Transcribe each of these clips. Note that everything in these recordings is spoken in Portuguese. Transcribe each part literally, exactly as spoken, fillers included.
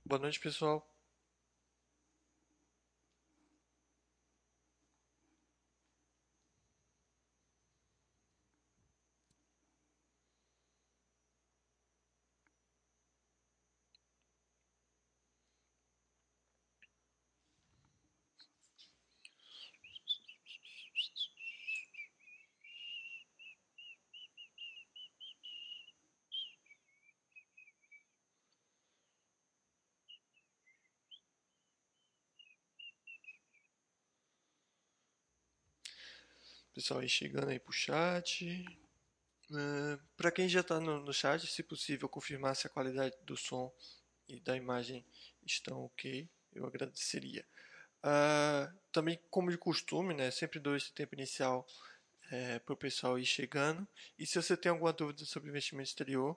Boa noite, pessoal. Pessoal aí chegando aí pro chat. É, para quem já está no, no chat, se possível, confirmar se a qualidade do som e da imagem estão ok, eu agradeceria. Ah, também, como de costume, né, sempre dou esse tempo inicial para o pessoal ir chegando. E se você tem alguma dúvida sobre investimento exterior,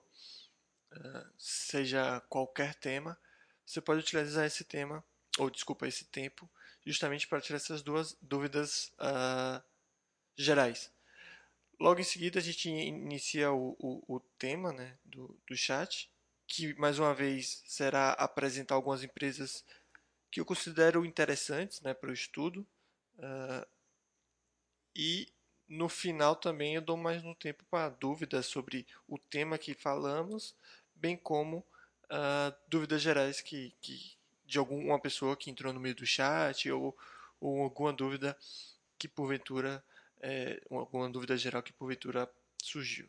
seja qualquer tema, você pode utilizar esse tema, ou desculpa, esse tempo, justamente para tirar essas duas dúvidas ah, gerais. Logo em seguida a gente inicia o, o, o tema, né, do, do chat, que mais uma vez será apresentar algumas empresas que eu considero interessantes, né, para o estudo. Uh, e no final também eu dou mais um tempo para dúvidas sobre o tema que falamos, bem como uh, dúvidas gerais que, que de alguma pessoa que entrou no meio do chat ou, ou alguma dúvida que porventura é, alguma dúvida geral que porventura surgiu.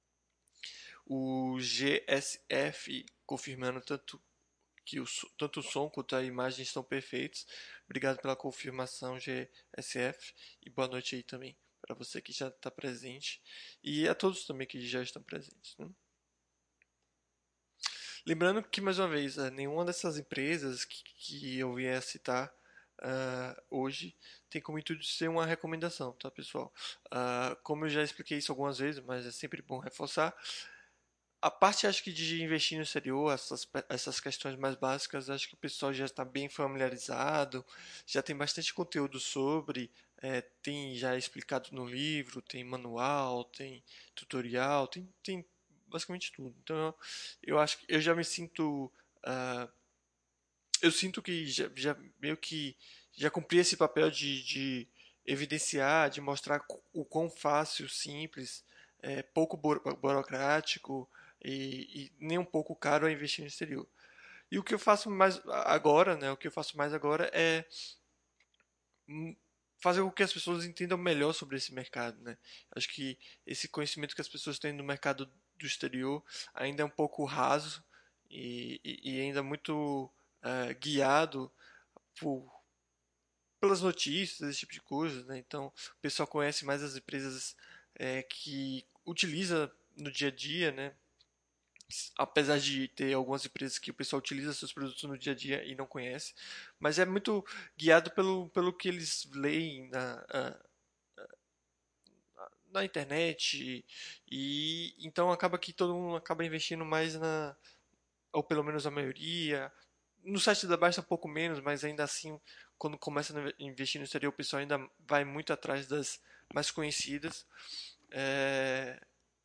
O G S F confirmando tanto que o, tanto o som quanto a imagem estão perfeitos. Obrigado pela confirmação, G S F, e boa noite aí também para você que já está presente e a todos também que já estão presentes. Né? Lembrando que, mais uma vez, eh, nenhuma dessas empresas que, que eu vier citar uh, hoje tem como intuito ser uma recomendação, tá, pessoal? Uh, como eu já expliquei isso algumas vezes, mas é sempre bom reforçar, a parte, acho que de investir no exterior, essas, essas questões mais básicas, acho que o pessoal já está bem familiarizado, já tem bastante conteúdo sobre, é, tem já explicado no livro, tem manual, tem tutorial, tem, tem basicamente tudo. Então, eu, eu acho que eu já me sinto, uh, eu sinto que já, já meio que já cumpri esse papel de, de evidenciar, de mostrar o quão fácil, simples, é, pouco burocrático e, e nem um pouco caro é investir no exterior. E o que eu faço mais agora, né? O que eu faço mais agora é fazer com que as pessoas entendam melhor sobre esse mercado, né? Acho que esse conhecimento que as pessoas têm no mercado do exterior ainda é um pouco raso e, e, e ainda muito uh, guiado por, pelas notícias, esse tipo de coisa, né? Então, o pessoal conhece mais as empresas é, que utiliza no dia a dia, né? Apesar de ter algumas empresas que o pessoal utiliza seus produtos no dia a dia e não conhece, mas é muito guiado pelo, pelo que eles leem na, na internet e então acaba que todo mundo acaba investindo mais na, ou pelo menos a maioria. No site da Baixa um pouco menos, mas ainda assim, quando começa a investir no exterior, o pessoal ainda vai muito atrás das mais conhecidas. É,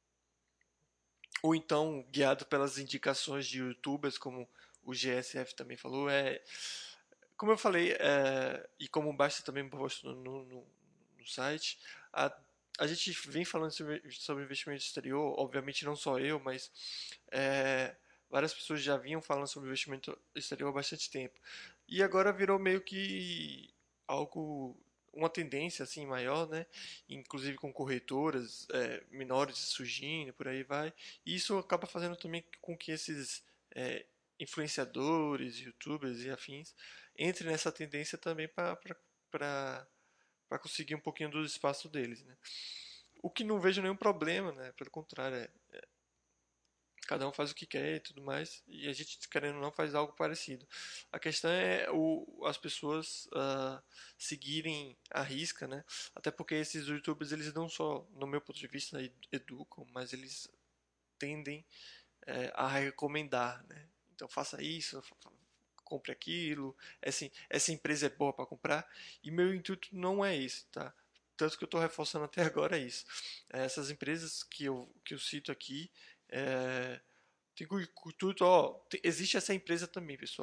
ou então guiado pelas indicações de YouTubers, como o G S F também falou. É, como eu falei, é, e como o Basta também postou no, no, no site, a, a gente vem falando sobre, sobre investimento exterior, obviamente não só eu, mas é, várias pessoas já vinham falando sobre investimento exterior há bastante tempo. E agora virou meio que algo, uma tendência assim maior, né? Inclusive com corretoras é, menores surgindo, por aí vai. E isso acaba fazendo também com que esses é, influenciadores, youtubers e afins entrem nessa tendência também para conseguir um pouquinho do espaço deles, né? O que não vejo nenhum problema, né? Pelo contrário, é, cada um faz o que quer e tudo mais, e a gente, querendo ou não, faz algo parecido. A questão é o, as pessoas uh, seguirem a risca, né? Até porque esses youtubers, eles não só, no meu ponto de vista, educam, mas eles tendem é, a recomendar, né? Então faça isso, compre aquilo, essa, essa empresa é boa para comprar, e meu intuito não é esse, tá? Tanto que eu estou reforçando até agora é isso. É, essas empresas que eu, que eu cito aqui, é, tem tudo, ó, tem, existe essa empresa também, pessoal.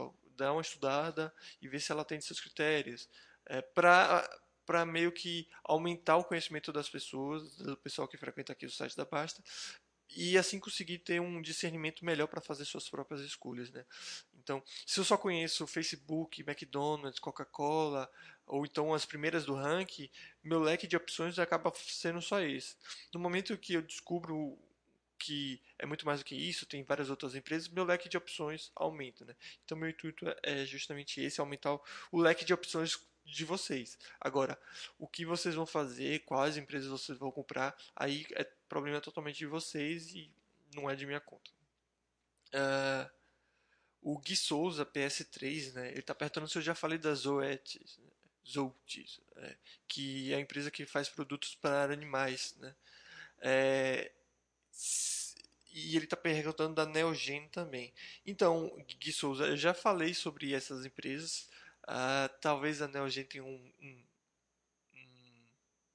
dar uma estudada e ver se ela atende seus critérios, é, para para meio que aumentar o conhecimento das pessoas, do pessoal que frequenta aqui o site da Basta, e assim conseguir ter um discernimento melhor para fazer suas próprias escolhas, né? Então, se eu só conheço Facebook, McDonald's, Coca-Cola, ou então as primeiras do ranking, meu leque de opções acaba sendo só esse. No momento que eu descubro que é muito mais do que isso, tem várias outras empresas, meu leque de opções aumenta, né? Então, meu intuito é justamente esse, aumentar o, o leque de opções de vocês. Agora, o que vocês vão fazer, quais empresas vocês vão comprar, aí é problema totalmente de vocês e não é de minha conta. Ah, o Gui Souza, P S três, né? Ele está perguntando se eu já falei da Zoetis, né? Zootis, né? Que é a empresa que faz produtos para animais, né? É, e ele está perguntando da Neogen também. Então, Gui Souza, eu já falei sobre essas empresas. Ah, talvez a Neogen tenha um, um, um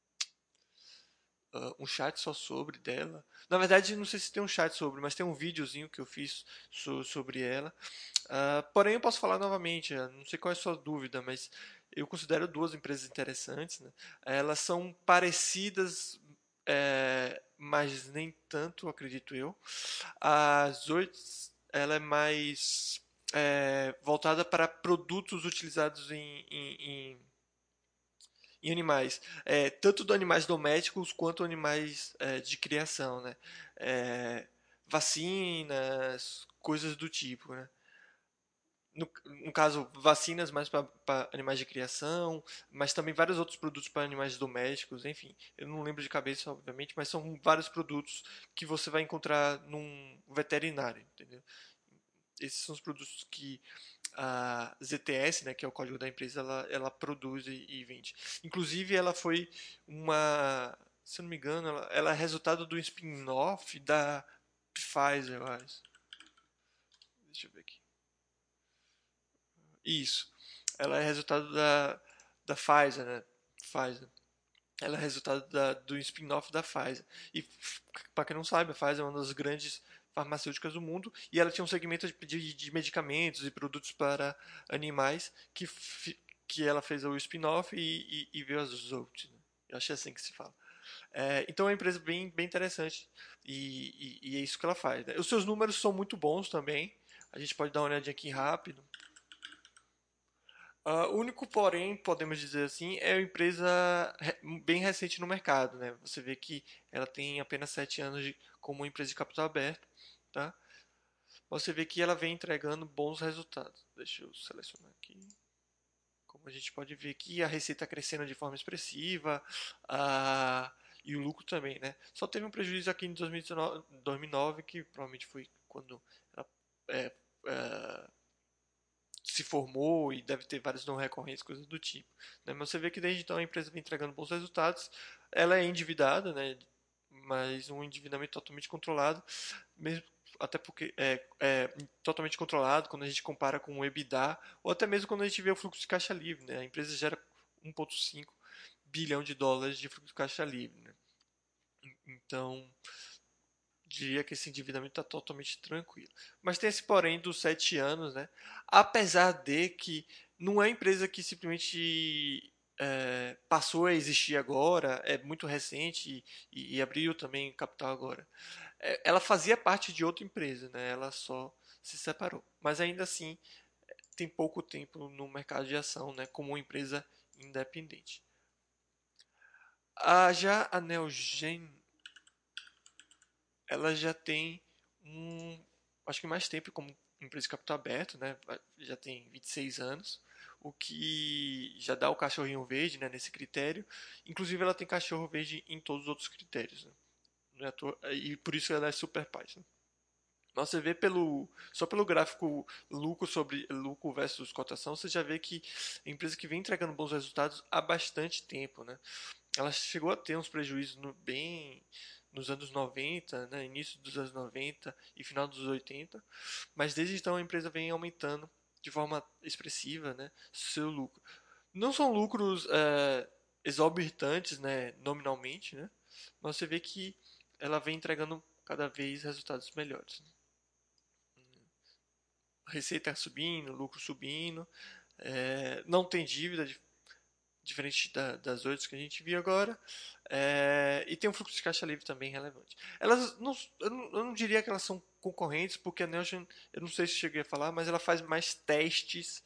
uh, um chat só sobre dela. Na verdade, não sei se tem um chat sobre, mas tem um videozinho que eu fiz so, sobre ela. Uh, porém, eu posso falar novamente, uh, não sei qual é a sua dúvida, mas eu considero duas empresas interessantes, né? Elas são parecidas, é, mas nem tanto, acredito eu. A Zoids, ela é mais é, voltada para produtos utilizados em, em, em em animais, é, tanto de animais domésticos quanto animais é, de criação, né? É, vacinas, coisas do tipo, né? No, no caso, vacinas mais para animais de criação, mas também vários outros produtos para animais domésticos, enfim. Eu não lembro de cabeça, obviamente, mas são vários produtos que você vai encontrar num veterinário, entendeu? Esses são os produtos que a Z T S, né, que é o código da empresa, ela, ela produz e, e vende. Inclusive, ela foi uma, se eu não me engano, ela, ela é resultado do spin-off da Pfizer, eu acho. Deixa eu ver aqui. Isso. Ela é resultado da, da Pfizer, né? Pfizer. Ela é resultado da, do spin-off da Pfizer. E, para quem não sabe, a Pfizer é uma das grandes farmacêuticas do mundo e ela tinha um segmento de, de, de medicamentos e produtos para animais que, que ela fez o spin-off e, e, e veio as Zolt. Né? Eu achei assim que se fala. É, então é uma empresa bem, bem interessante e, e, e é isso que ela faz. Né? Os seus números são muito bons também. A gente pode dar uma olhadinha aqui rápido. Uh, o único porém, podemos dizer assim, é uma empresa bem recente no mercado, né? Você vê que ela tem apenas sete anos de, como empresa de capital aberto, tá? Você vê que ela vem entregando bons resultados. Deixa eu selecionar aqui. Como a gente pode ver aqui, a receita está crescendo de forma expressiva, a... e o lucro também, né? Só teve um prejuízo aqui em dois mil e nove, que provavelmente foi quando ela é, é, se formou e deve ter vários não recorrentes, coisas do tipo. Né? Mas você vê que desde então a empresa vem entregando bons resultados. Ela é endividada, né? Mas um endividamento totalmente controlado, mesmo até porque é, é totalmente controlado quando a gente compara com o EBITDA, ou até mesmo quando a gente vê o fluxo de caixa livre. Né? A empresa gera um vírgula cinco bilhão de dólares de fluxo de caixa livre. Né? Então, diria que esse endividamento está totalmente tranquilo. Mas tem esse porém dos sete anos, né? Apesar de que não é empresa que simplesmente é, passou a existir agora, é muito recente e, e abriu também capital agora. É, ela fazia parte de outra empresa, né? Ela só se separou. Mas ainda assim tem pouco tempo no mercado de ação, né? Como uma empresa independente. A, já a Neogen, ela já tem um, acho que mais tempo como empresa de capital aberto, né? Já tem vinte e seis anos, o que já dá o cachorrinho verde, né, nesse critério. Inclusive ela tem cachorro verde em todos os outros critérios, né? Não é à toa- e por isso ela é super paz, né? Mas você vê pelo só pelo gráfico lucro sobre lucro versus cotação, você já vê que é uma empresa que vem entregando bons resultados há bastante tempo, né? Ela chegou a ter uns prejuízos no, bem nos anos noventa, né, início dos anos noventa e final dos oitenta, mas desde então a empresa vem aumentando de forma expressiva, né, seu lucro. Não são lucros é, exorbitantes, né, nominalmente, né, mas você vê que ela vem entregando cada vez resultados melhores. receita subindo, lucro subindo, é, não tem dívida, diferente da, das outras que a gente viu agora, é, e tem um fluxo de caixa livre também relevante. Elas não, eu não, eu não diria que elas são concorrentes, porque a Neogen, eu não sei se cheguei a falar, mas ela faz mais testes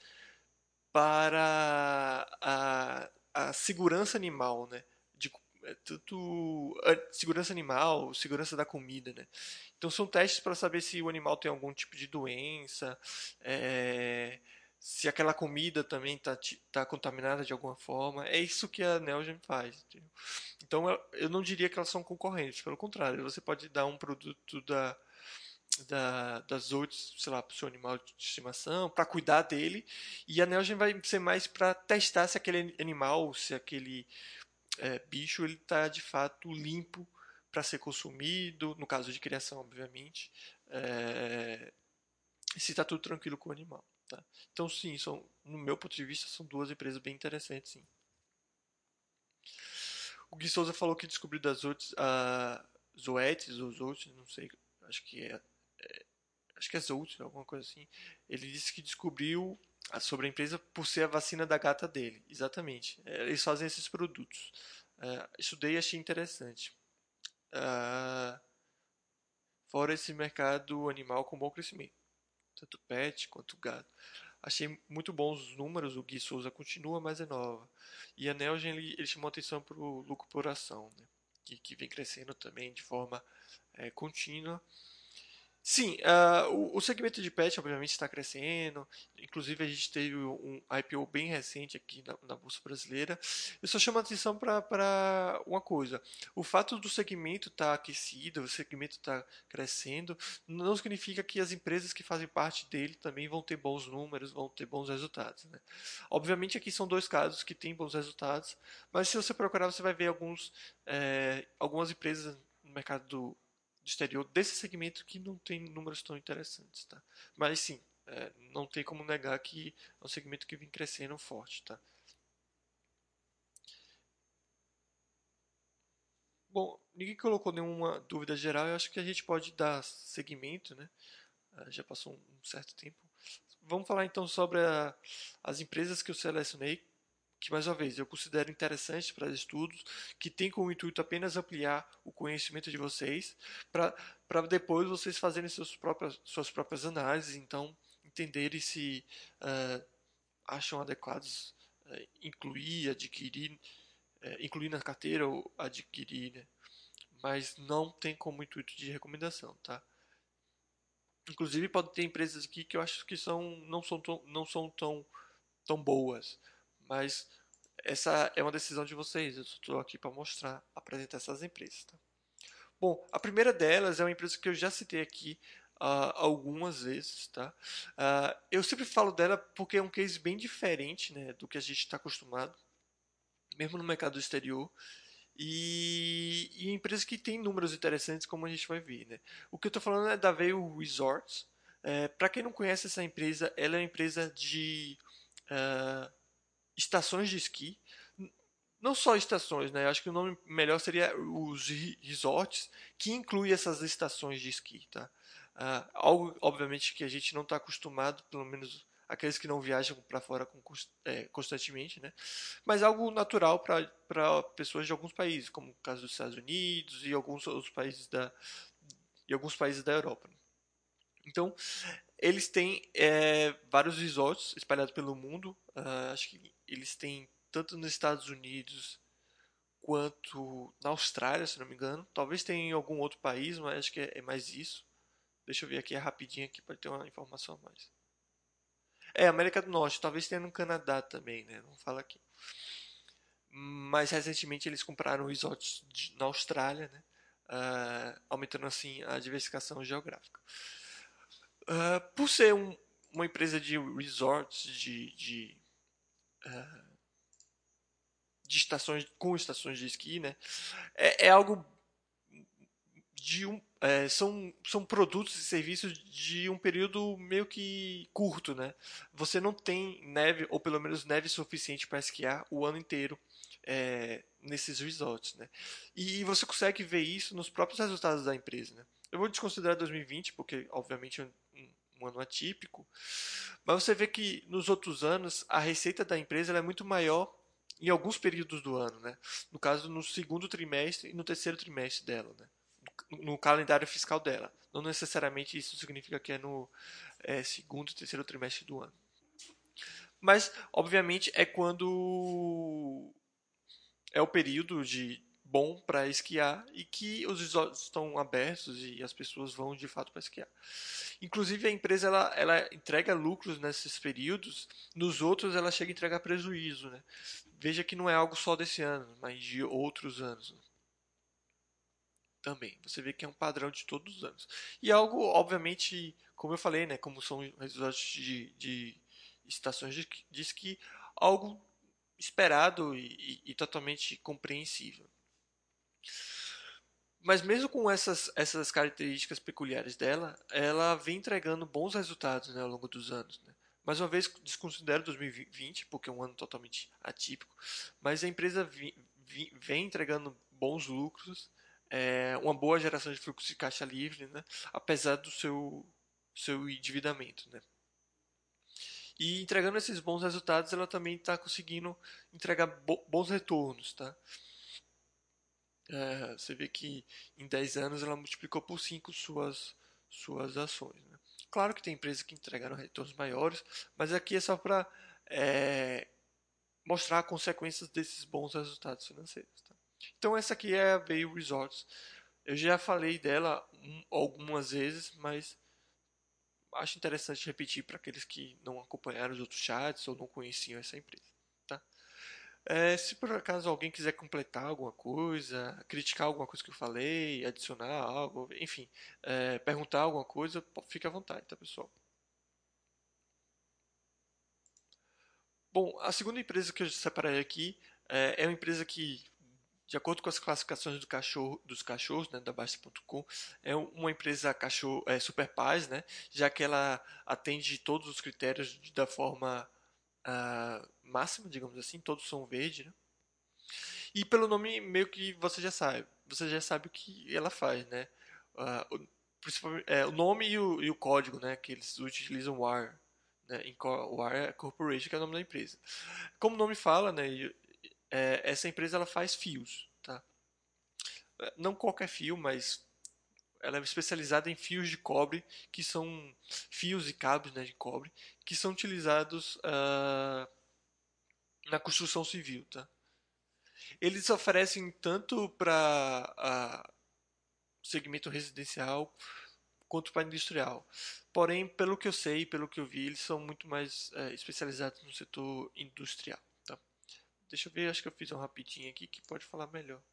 para a, a segurança animal, né? De, é, tanto a segurança animal, segurança da comida, né? Então são testes para saber se o animal tem algum tipo de doença, é, se aquela comida também está tá contaminada de alguma forma. É isso que a Neogen faz. Entendeu? Então eu, eu não diria que elas são concorrentes, pelo contrário, você pode dar um produto da da, das outras, sei lá, para o seu animal de estimação, para cuidar dele, e a Neogen vai ser mais para testar se aquele animal, se aquele é, bicho, ele está de fato limpo para ser consumido, no caso de criação, obviamente, é, se está tudo tranquilo com o animal. Tá? Então, sim, são, no meu ponto de vista, são duas empresas bem interessantes, sim. O Gui Souza falou que descobriu das outras, a Zoetis ou Zoetis, não sei, acho que é acho que é Zolt, alguma coisa assim. Ele disse que descobriu sobre a empresa por ser a vacina da gata dele. Exatamente. É, eles fazem esses produtos. Uh, estudei e achei interessante. Uh, fora esse mercado animal com bom crescimento. Tanto pet quanto gado. Achei muito bons os números. O Gui Souza continua, mas é nova. E a Nelgen, ele, ele chamou atenção para o lucro por ação, né? que, que vem crescendo também de forma é, contínua. Sim, ah, o, o segmento de pet obviamente está crescendo. Inclusive a gente teve um I P O bem recente aqui na, na Bolsa Brasileira. Eu só chamo a atenção para uma coisa: o fato do segmento estar aquecido, o segmento estar crescendo, não significa que as empresas que fazem parte dele também vão ter bons números, vão ter bons resultados, né? Obviamente aqui são dois casos que têm bons resultados, mas se você procurar você vai ver alguns, eh, algumas empresas no mercado do do exterior desse segmento que não tem números tão interessantes, tá? Mas sim, é, não tem como negar que é um segmento que vem crescendo forte, tá? Bom, ninguém colocou nenhuma dúvida geral, eu acho que a gente pode dar seguimento, né? Ah, já passou um certo tempo. Vamos falar então sobre a, as empresas que eu selecionei, que mais uma vez eu considero interessantes para estudos, que tem como intuito apenas ampliar o conhecimento de vocês, para depois vocês fazerem seus próprias, suas próprias análises, então entenderem se uh, acham adequados uh, incluir, adquirir, uh, incluir na carteira ou adquirir, né? Mas não tem como intuito de recomendação, tá? Inclusive pode ter empresas aqui que eu acho que são não são tão, não são tão, tão boas, mas essa é uma decisão de vocês. Eu estou aqui para mostrar, apresentar essas empresas. Tá? Bom, a primeira delas é uma empresa que eu já citei aqui uh, algumas vezes. Tá? Uh, eu sempre falo dela porque é um case bem diferente, né, do que a gente está acostumado, mesmo no mercado exterior. E, e empresas que têm números interessantes, como a gente vai ver. Né? O que eu estou falando é da Vail Resorts. É, para quem não conhece essa empresa, ela é uma empresa de uh, estações de esqui. Não só estações, né? Eu acho que o nome melhor seria os resorts, que inclui essas estações de esqui, tá? Ah, algo, obviamente, que a gente não está acostumado, pelo menos aqueles que não viajam para fora com, é, constantemente, né? Mas algo natural para pessoas de alguns países, como o caso dos Estados Unidos e alguns outros países da, e alguns países da Europa. Então, eles têm é, vários resorts espalhados pelo mundo. Uh, acho que eles têm tanto nos Estados Unidos quanto na Austrália, se não me engano. Talvez tenha em algum outro país, mas acho que é, é mais isso. Deixa eu ver aqui é rapidinho aqui para ter uma informação a mais. É, América do Norte, talvez tenha no Canadá também, né? Não fala aqui. Mas recentemente eles compraram resorts de, na Austrália, né? Uh, aumentando assim a diversificação geográfica. Uh, por ser um, uma empresa de resorts, de, de, uh, de estações com estações de esqui, né? É, é algo de um, é, são, são produtos e serviços de um período meio que curto, né? Você não tem neve, ou pelo menos neve suficiente para esquiar o ano inteiro é, nesses resorts, né? E você consegue ver isso nos próprios resultados da empresa, né? Eu vou desconsiderar dois mil e vinte, porque obviamente eu um ano atípico, mas você vê que nos outros anos a receita da empresa ela é muito maior em alguns períodos do ano, né? No caso, no segundo trimestre e no terceiro trimestre dela, né? No, no calendário fiscal dela. Não necessariamente isso significa que é no é, segundo e terceiro trimestre do ano. Mas, obviamente, é quando é o período de bom para esquiar e que os resorts estão abertos e as pessoas vão de fato para esquiar. Inclusive a empresa ela, ela entrega lucros nesses períodos, nos outros ela chega a entregar prejuízo, né? Veja que não é algo só desse ano, mas de outros anos, né? Também. Você vê que é um padrão de todos os anos. E é algo, obviamente, como eu falei, né? Como são resorts de, de estações de, de esqui, algo esperado e, e, e totalmente compreensível. Mas mesmo com essas, essas características peculiares dela, ela vem entregando bons resultados, né, ao longo dos anos. Né? Mais uma vez, desconsidero dois mil e vinte, porque é um ano totalmente atípico, mas a empresa vi, vi, vem entregando bons lucros, é, uma boa geração de fluxo de caixa livre, né, apesar do seu, seu endividamento. Né? E entregando esses bons resultados, ela também está conseguindo entregar bo, bons retornos. Tá? É, você vê que em dez anos ela multiplicou por cinco suas, suas ações. Né? Claro que tem empresas que entregaram retornos maiores, mas aqui é só para é, mostrar consequências desses bons resultados financeiros. Tá? Então essa aqui é a Vail Resorts. Eu já falei dela um, algumas vezes, mas acho interessante repetir para aqueles que não acompanharam os outros chats ou não conheciam essa empresa. Tá? É, se por acaso alguém quiser completar alguma coisa, criticar alguma coisa que eu falei, adicionar algo, enfim, é, perguntar alguma coisa, fique à vontade, tá, pessoal? Bom, a segunda empresa que eu separei aqui é, é uma empresa que, de acordo com as classificações do cachorro, dos cachorros, né, da Basta ponto com, é uma empresa cachorro, é, super paz, né, já que ela atende todos os critérios da forma ah, máxima, digamos assim, todos são verde, né? E pelo nome, meio que você já sabe. Você já sabe o que ela faz, né? Ah, o, principalmente, é, o nome e o, e o código, né? Que eles utilizam W A R. Né? W A R Corporation, que é o nome da empresa. Como o nome fala, né? É, essa empresa ela faz fios, tá? Não qualquer fio, mas ela é especializada em fios de cobre, que são fios e cabos, né, de cobre, que são utilizados ah, na construção civil, tá? Eles oferecem tanto para segmento residencial quanto para industrial. Porém, pelo que eu sei, pelo que eu vi, eles são muito mais é, especializados no setor industrial. Tá? Deixa eu ver, acho que eu fiz um rapidinho aqui que pode falar melhor.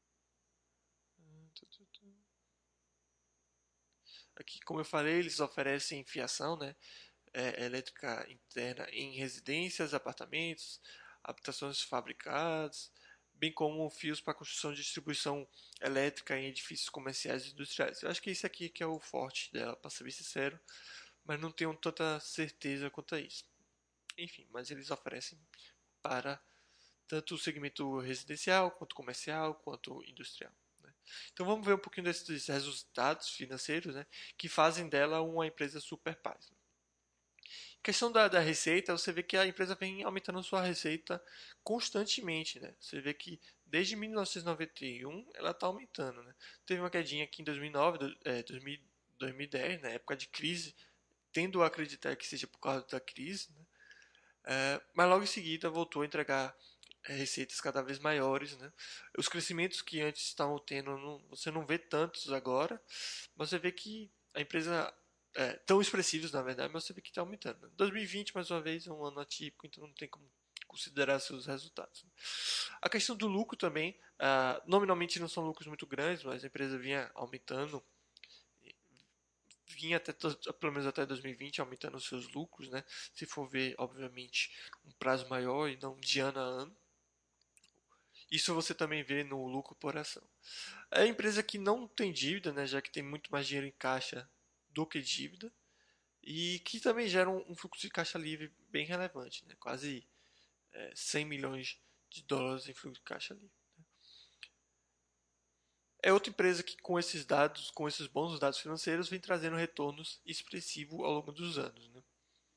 Aqui, como eu falei, eles oferecem fiação, né, é, elétrica interna em residências, apartamentos, habitações fabricadas, bem como fios para construção de distribuição elétrica em edifícios comerciais e industriais. Eu acho que esse aqui que é o forte dela, para ser bem sincero, mas não tenho tanta certeza quanto a isso. Enfim, mas eles oferecem para tanto o segmento residencial, quanto comercial, quanto industrial. Né? Então vamos ver um pouquinho desses resultados financeiros, né, que fazem dela uma empresa super paz. Questão da, da receita, você vê que a empresa vem aumentando sua receita constantemente, né? Você vê que desde mil novecentos e noventa e um ela está aumentando, né? Teve uma quedinha aqui em dois mil e nove, do- é, dois mil, dois mil e dez, na época de crise, tendo a acreditar que seja por causa da crise, né? É, mas logo em seguida voltou a entregar é, receitas cada vez maiores, né? Os crescimentos que antes estavam tendo, não- você não vê tantos agora, mas você vê que a empresa é, tão expressivos, na verdade, mas você vê que está aumentando. Né? dois mil e vinte, mais uma vez, é um ano atípico, então não tem como considerar seus resultados. Né? A questão do lucro também, ah, nominalmente não são lucros muito grandes, mas a empresa vinha aumentando, vinha até pelo menos até dois mil e vinte aumentando os seus lucros, né? Se for ver, obviamente, um prazo maior e não de ano a ano. Isso você também vê no lucro por ação. É a empresa que não tem dívida, né, já que tem muito mais dinheiro em caixa do que dívida, e que também gera um, um fluxo de caixa livre bem relevante, né, quase é, cem milhões de dólares em fluxo de caixa livre. é outra empresa que com esses dados, com esses bons dados financeiros, vem trazendo retornos expressivos ao longo dos anos, né?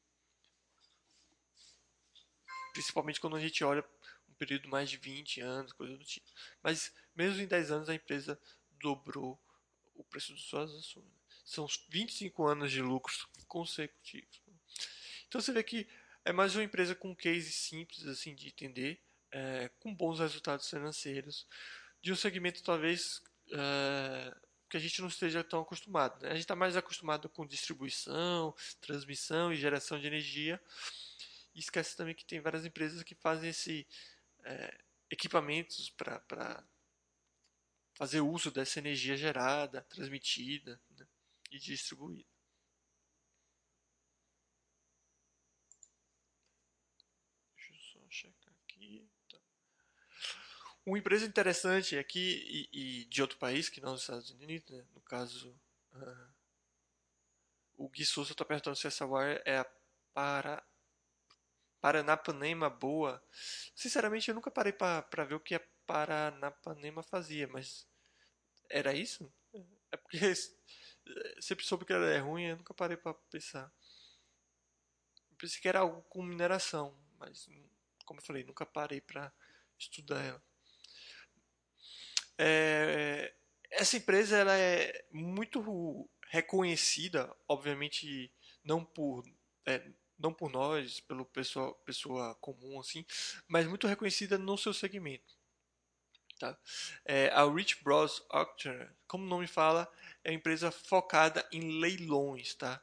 Principalmente quando a gente olha um período mais de vinte anos, coisa do tipo. Mas mesmo em dez anos a empresa dobrou o preço de suas ações. São vinte e cinco anos de lucros consecutivos. Então você vê que é mais uma empresa com um case simples assim de entender, é, com bons resultados financeiros, de um segmento talvez é, que a gente não esteja tão acostumado. Né? A gente está mais acostumado com distribuição, transmissão e geração de energia. E esquece também que tem várias empresas que fazem esse é, equipamentos para fazer uso dessa energia gerada, transmitida, né, e distribuída. Deixa eu só checar aqui. Tá. Uma empresa interessante aqui e, e de outro país, que não dos Estados Unidos, né, no caso, uh, o Gui Souza está perguntando se essa wire é a para, Paranapanema Boa. Sinceramente, eu nunca parei para ver o que a Paranapanema fazia, mas era isso? É porque sempre soube que ela é ruim, eu nunca parei para pensar. Eu pensei que era algo com mineração, mas como eu falei, nunca parei para estudar ela. É, essa empresa ela é muito reconhecida, obviamente não por é, não por nós, pelo pessoa, pessoa comum assim, mas muito reconhecida no seu segmento. Tá? É, a Rich Bros Auction, como o nome fala, é uma empresa focada em leilões, tá?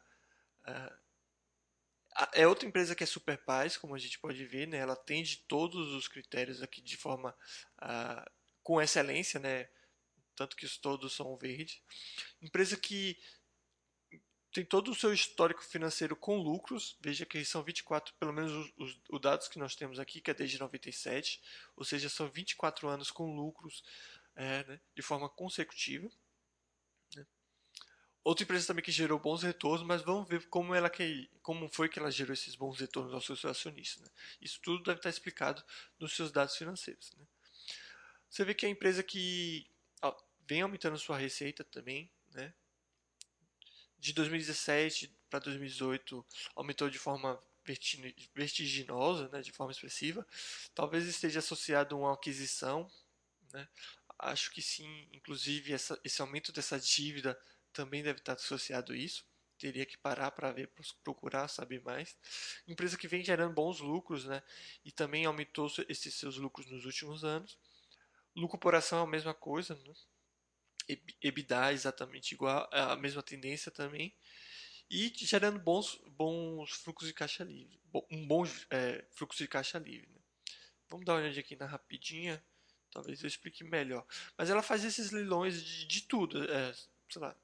É outra empresa que é super paz, como a gente pode ver, né? Ela atende todos os critérios aqui de forma uh, com excelência, né? Tanto que os todos são verdes. Empresa que tem todo o seu histórico financeiro com lucros. Veja que são vinte e quatro, pelo menos os, os, os dados que nós temos aqui, que é desde noventa e sete, ou seja, são vinte e quatro anos com lucros é, né? De forma consecutiva. Né? Outra empresa também que gerou bons retornos, mas vamos ver como, ela que, como foi que ela gerou esses bons retornos aos seus acionistas. Né? Isso tudo deve estar explicado nos seus dados financeiros. Né? Você vê que é a empresa que ó, vem aumentando sua receita também. Né? De dois mil e dezessete para dois mil e dezoito aumentou de forma vertiginosa, né? De forma expressiva. Talvez esteja associado a uma aquisição. Né? Acho que sim, inclusive essa, esse aumento dessa dívida também deve estar associado a isso. Teria que parar para ver, procurar saber mais. Empresa que vem gerando bons lucros, né? E também aumentou esses seus lucros nos últimos anos. Lucro por ação é a mesma coisa, né? EBITDA é exatamente igual, é a mesma tendência também. E gerando bons, bons fluxos de caixa livre. Um bom é, fluxo de caixa livre. Né? Vamos dar uma olhada aqui na rapidinha. Talvez eu explique melhor. Mas ela faz esses leilões de, de tudo. É, sei lá.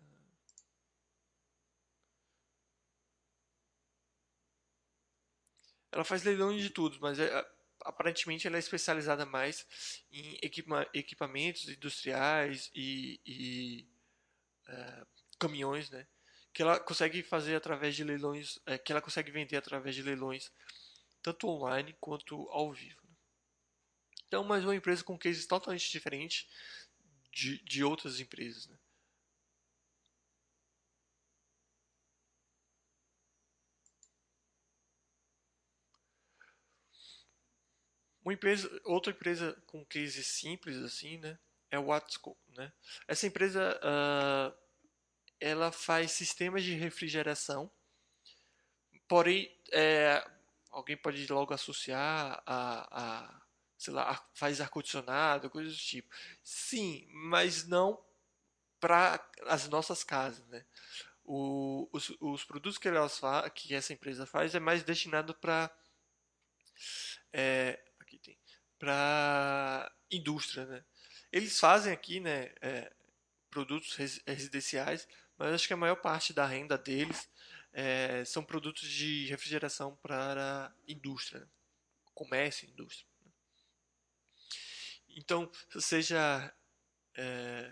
Ela faz leilões de tudo, mas é, aparentemente ela é especializada mais em equipa, equipamentos industriais e, e é, caminhões, né? Que ela consegue fazer através de leilões, é, que ela consegue vender através de leilões, tanto online quanto ao vivo. Né? Então, mais uma empresa com cases totalmente diferentes de, de outras empresas. Né? Uma empresa, outra empresa com case simples assim, né, é o Watsco, né? Essa empresa, uh, ela faz sistemas de refrigeração, porém, é, alguém pode logo associar a, a sei lá, faz ar-condicionado, coisas do tipo. Sim, mas não para as nossas casas, né? O, os, os produtos que, elas fa que essa empresa faz é mais destinado para é, aqui tem para indústria, né? Eles fazem aqui, né, é, produtos res, residenciais, mas acho que a maior parte da renda deles é, são produtos de refrigeração para indústria, né? Comércio, indústria. Então, seja é,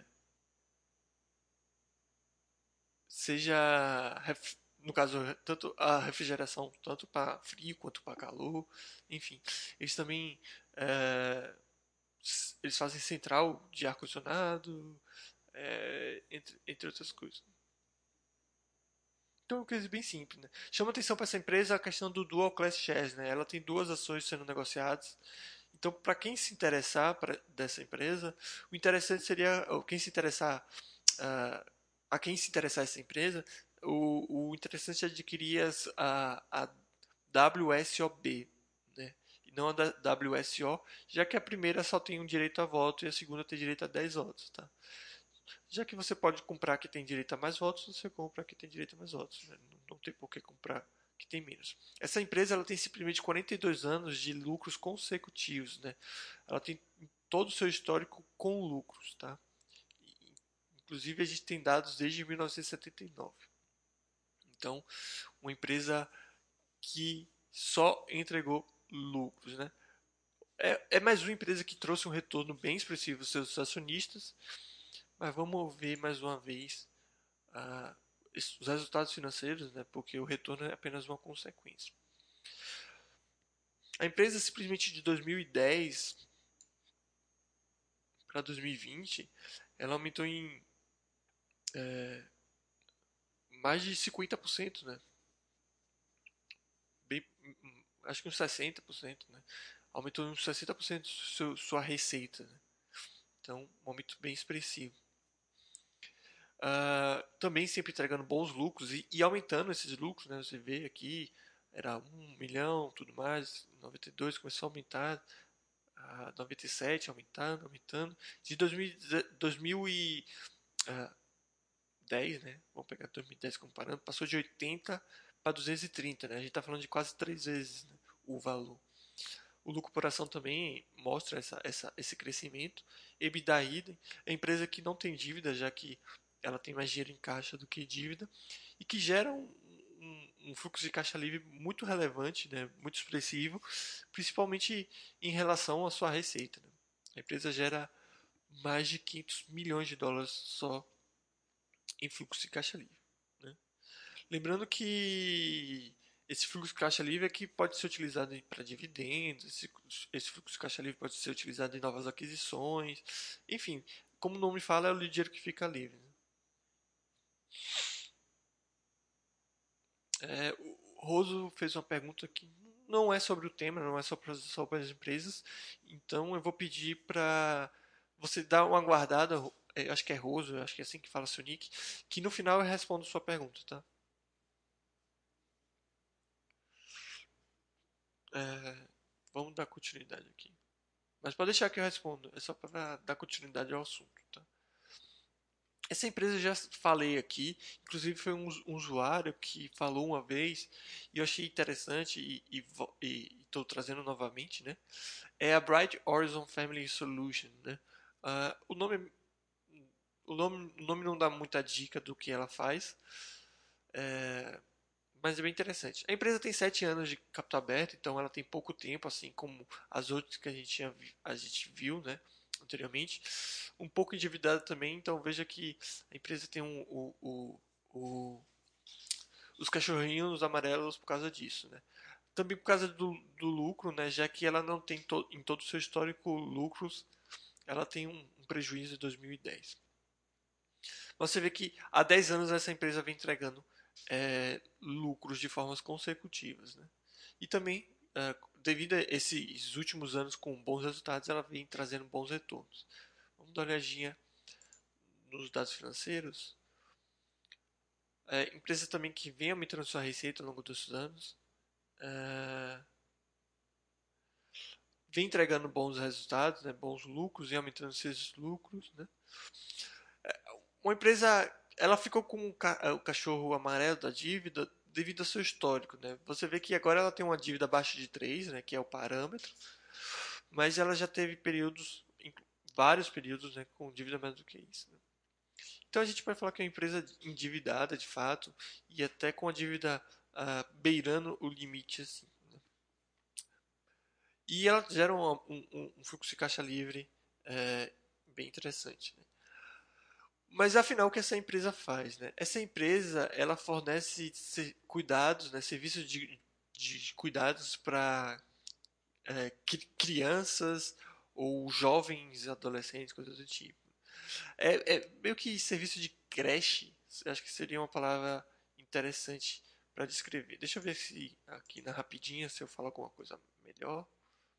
seja no caso tanto a refrigeração tanto para frio quanto para calor, enfim, eles também é, eles fazem central de ar-condicionado, é, entre, entre outras coisas. Então é uma coisa bem simples, né? Chama atenção para essa empresa a questão do dual class shares, né? Ela tem duas ações sendo negociadas. Então, para quem se interessar pra, dessa empresa, o interessante seria, ou quem se interessar, uh, a quem se interessar essa empresa, o, o interessante é adquirir as, a, a W S O B, né? E não a da W S O, já que a primeira só tem um direito a voto e a segunda tem direito a dez votos, tá? Já que você pode comprar que tem direito a mais votos, você compra que tem direito a mais votos, né? Não, não tem por que comprar que tem menos. Essa empresa ela tem simplesmente quarenta e dois anos de lucros consecutivos, né? Ela tem todo o seu histórico com lucros, tá? Inclusive a gente tem dados desde mil novecentos e setenta e nove. Então, uma empresa que só entregou lucros, né? É, é mais uma empresa que trouxe um retorno bem expressivo aos seus acionistas, mas vamos ver mais uma vez ah, os resultados financeiros, né, porque o retorno é apenas uma consequência. A empresa simplesmente de dois mil e dez para dois mil e vinte, ela aumentou em é, mais de cinquenta por cento, né? Bem, acho que uns sessenta por cento, né? Aumentou uns sessenta por cento seu, sua receita, né? Então, um aumento bem expressivo. Uh, também sempre entregando bons lucros e, e aumentando esses lucros, né? Você vê aqui, era um milhão, tudo mais, em noventa e dois começou a aumentar, uh, noventa e sete aumentando, aumentando, de dois mil, dois mil e dez, né? Vamos pegar dois mil e dez comparando, passou de oitenta para duzentos e trinta, né? A gente está falando de quase três vezes, né, o valor. O lucro por ação também mostra essa, essa, esse crescimento. EBITDA idem, é a empresa que não tem dívida, já que ela tem mais dinheiro em caixa do que dívida, e que gera um, um, um fluxo de caixa livre muito relevante, né, muito expressivo, principalmente em relação à sua receita. Né? A empresa gera mais de quinhentos milhões de dólares só em fluxo de caixa livre. Né? Lembrando que esse fluxo de caixa livre é que pode ser utilizado para dividendos, esse, esse fluxo de caixa livre pode ser utilizado em novas aquisições, enfim, como o nome fala, é o dinheiro que fica livre. Né? É, o Roso fez uma pergunta que não é sobre o tema, não é só para, só para as empresas, então eu vou pedir para você dar uma guardada, é, acho que é Roso, acho que é assim que fala seu nick, que no final eu respondo sua pergunta, tá? É, vamos dar continuidade aqui. Mas pode deixar que eu respondo. É só para dar continuidade ao assunto, tá? Essa empresa eu já falei aqui. Inclusive foi um, um usuário que falou uma vez e eu achei interessante e estou trazendo novamente, né? É a Bright Horizon Family Solution, né? Uh, o nome o nome, o nome não dá muita dica do que ela faz, é, mas é bem interessante. A empresa tem sete anos de capital aberto, então ela tem pouco tempo, assim como as outras que a gente, tinha, a gente viu, né, anteriormente. Um pouco endividada também, então veja que a empresa tem um, o, o, o, os cachorrinhos amarelos por causa disso, né. Também por causa do, do lucro, né, já que ela não tem to, em todo o seu histórico lucros, ela tem um, um prejuízo em dois mil e dez. Você vê que há dez anos essa empresa vem entregando é, lucros de formas consecutivas. Né? E também, é, devido a esses últimos anos com bons resultados, ela vem trazendo bons retornos. Vamos dar uma olhadinha nos dados financeiros. É, empresa também que vem aumentando sua receita ao longo dos anos. É, vem entregando bons resultados, né, bons lucros e aumentando seus lucros. Né? Uma empresa, ela ficou com o, ca o cachorro amarelo da dívida devido ao seu histórico, né? Você vê que agora ela tem uma dívida abaixo de três, né, que é o parâmetro, mas ela já teve períodos, vários períodos, né, com dívida mais do que isso. Né? Então a gente pode falar que é uma empresa endividada, de fato, e até com a dívida uh, beirando o limite, assim. Né? E ela gera um, um, um fluxo de caixa livre é, bem interessante. Né? Mas afinal, o que essa empresa faz? Né? Essa empresa ela fornece cuidados, né, serviços de, de cuidados para é, crianças ou jovens adolescentes, coisas do tipo. É, é meio que serviço de creche, acho que seria uma palavra interessante para descrever. Deixa eu ver se aqui na rapidinha se eu falo alguma coisa melhor.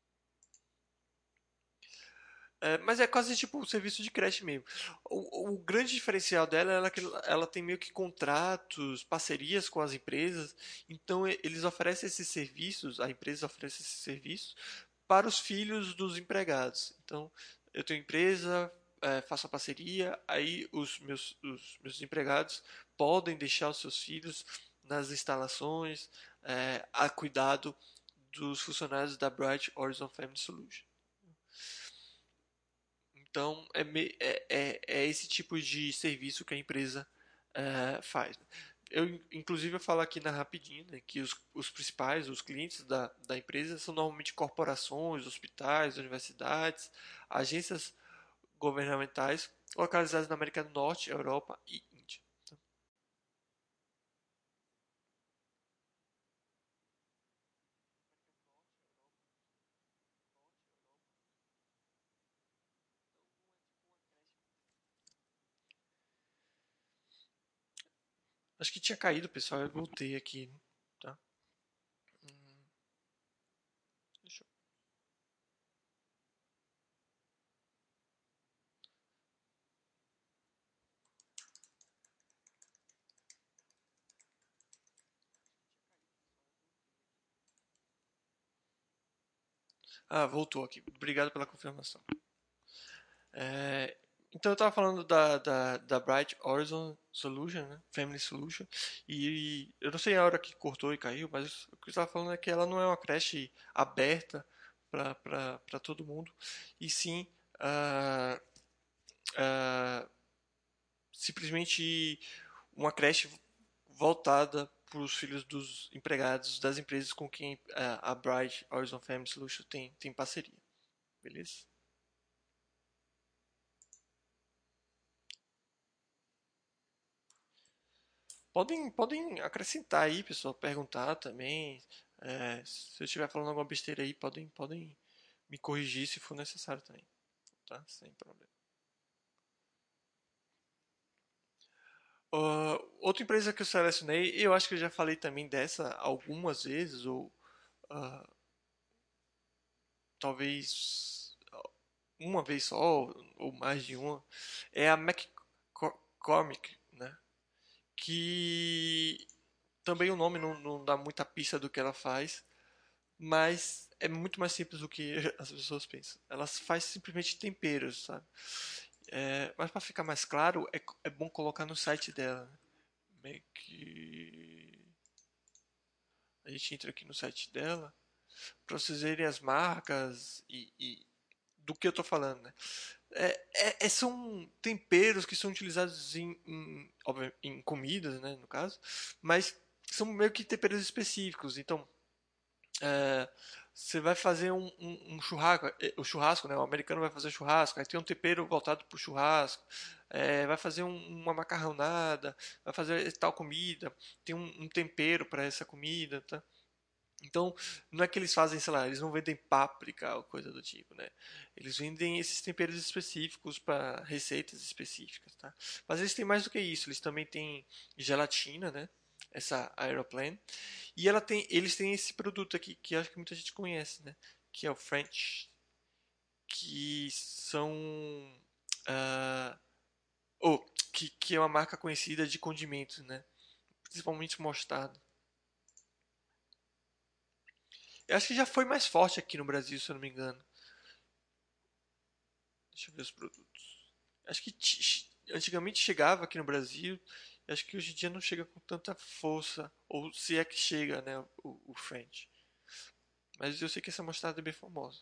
É, mas é quase tipo um serviço de creche mesmo. O, o grande diferencial dela é que ela tem meio que contratos, parcerias com as empresas. Então e- eles oferecem esses serviços, a empresa oferece esses serviços para os filhos dos empregados. Então eu tenho empresa, é, faço a parceria, aí os meus, os meus empregados podem deixar os seus filhos nas instalações, é, a cuidado dos funcionários da Bright Horizon Family Solution. Então, é, me- é, é, é esse tipo de serviço que a empresa eh, faz. Eu, inclusive, eu falo aqui na rapidinho, né, que os, os principais, os clientes da, da empresa são normalmente corporações, hospitais, universidades, agências governamentais localizadas na América do Norte, Europa e Índia. Acho que tinha caído, pessoal, eu voltei aqui, tá? Hum, deixa eu- Ah, voltou aqui. Obrigado pela confirmação. É, então eu estava falando da, da, da Bright Horizon Solution, né? Family Solution, e eu não sei a hora que cortou e caiu, mas o que eu estava falando é que ela não é uma creche aberta para todo mundo, e sim ah, ah, simplesmente uma creche voltada para os filhos dos empregados das empresas com quem ah, a Bright Horizon Family Solution tem, tem parceria, beleza? Podem, podem acrescentar aí, pessoal, perguntar também. É, se eu estiver falando alguma besteira aí, podem, podem me corrigir se for necessário também, tá? Sem problema. Ah, outra empresa que eu selecionei, eu acho que eu já falei também dessa algumas vezes, ou ah, talvez uma vez só, ou mais de uma, é a McCormick, né? Que também o nome não, não dá muita pista do que ela faz, mas é muito mais simples do que as pessoas pensam. Elas faz simplesmente temperos, sabe? É, mas para ficar mais claro, é, é bom colocar no site dela. Né? Meio que a gente entra aqui no site dela para vocês verem as marcas e, e do que eu tô falando, né? É, é- é- são temperos que são utilizados em, em, óbvio, em comidas, né, no caso, mas são meio que temperos específicos. Então, é, você vai fazer um, um- um churrasco, é, o churrasco, né? O americano vai fazer churrasco, aí tem um tempero voltado para o churrasco, é, vai fazer um- uma macarronada, vai fazer tal comida, tem um, um tempero para essa comida, tá? Então, não é que eles fazem, sei lá, eles não vendem páprica ou coisa do tipo, né? Eles vendem esses temperos específicos para receitas específicas, tá? Mas eles têm mais do que isso, eles também têm gelatina, né? Essa Aeroplane. E ela tem, eles têm esse produto aqui que acho que muita gente conhece, né? Que é o French, que são ah, ou que, que é uma marca conhecida de condimentos, né? Principalmente mostarda. Eu acho que já foi mais forte aqui no Brasil, se eu não me engano. Deixa eu ver os produtos. Acho que antigamente chegava aqui no Brasil. Acho que hoje em dia não chega com tanta força. Ou se é que chega, né? O, o French. Mas eu sei que essa mostarda é bem famosa.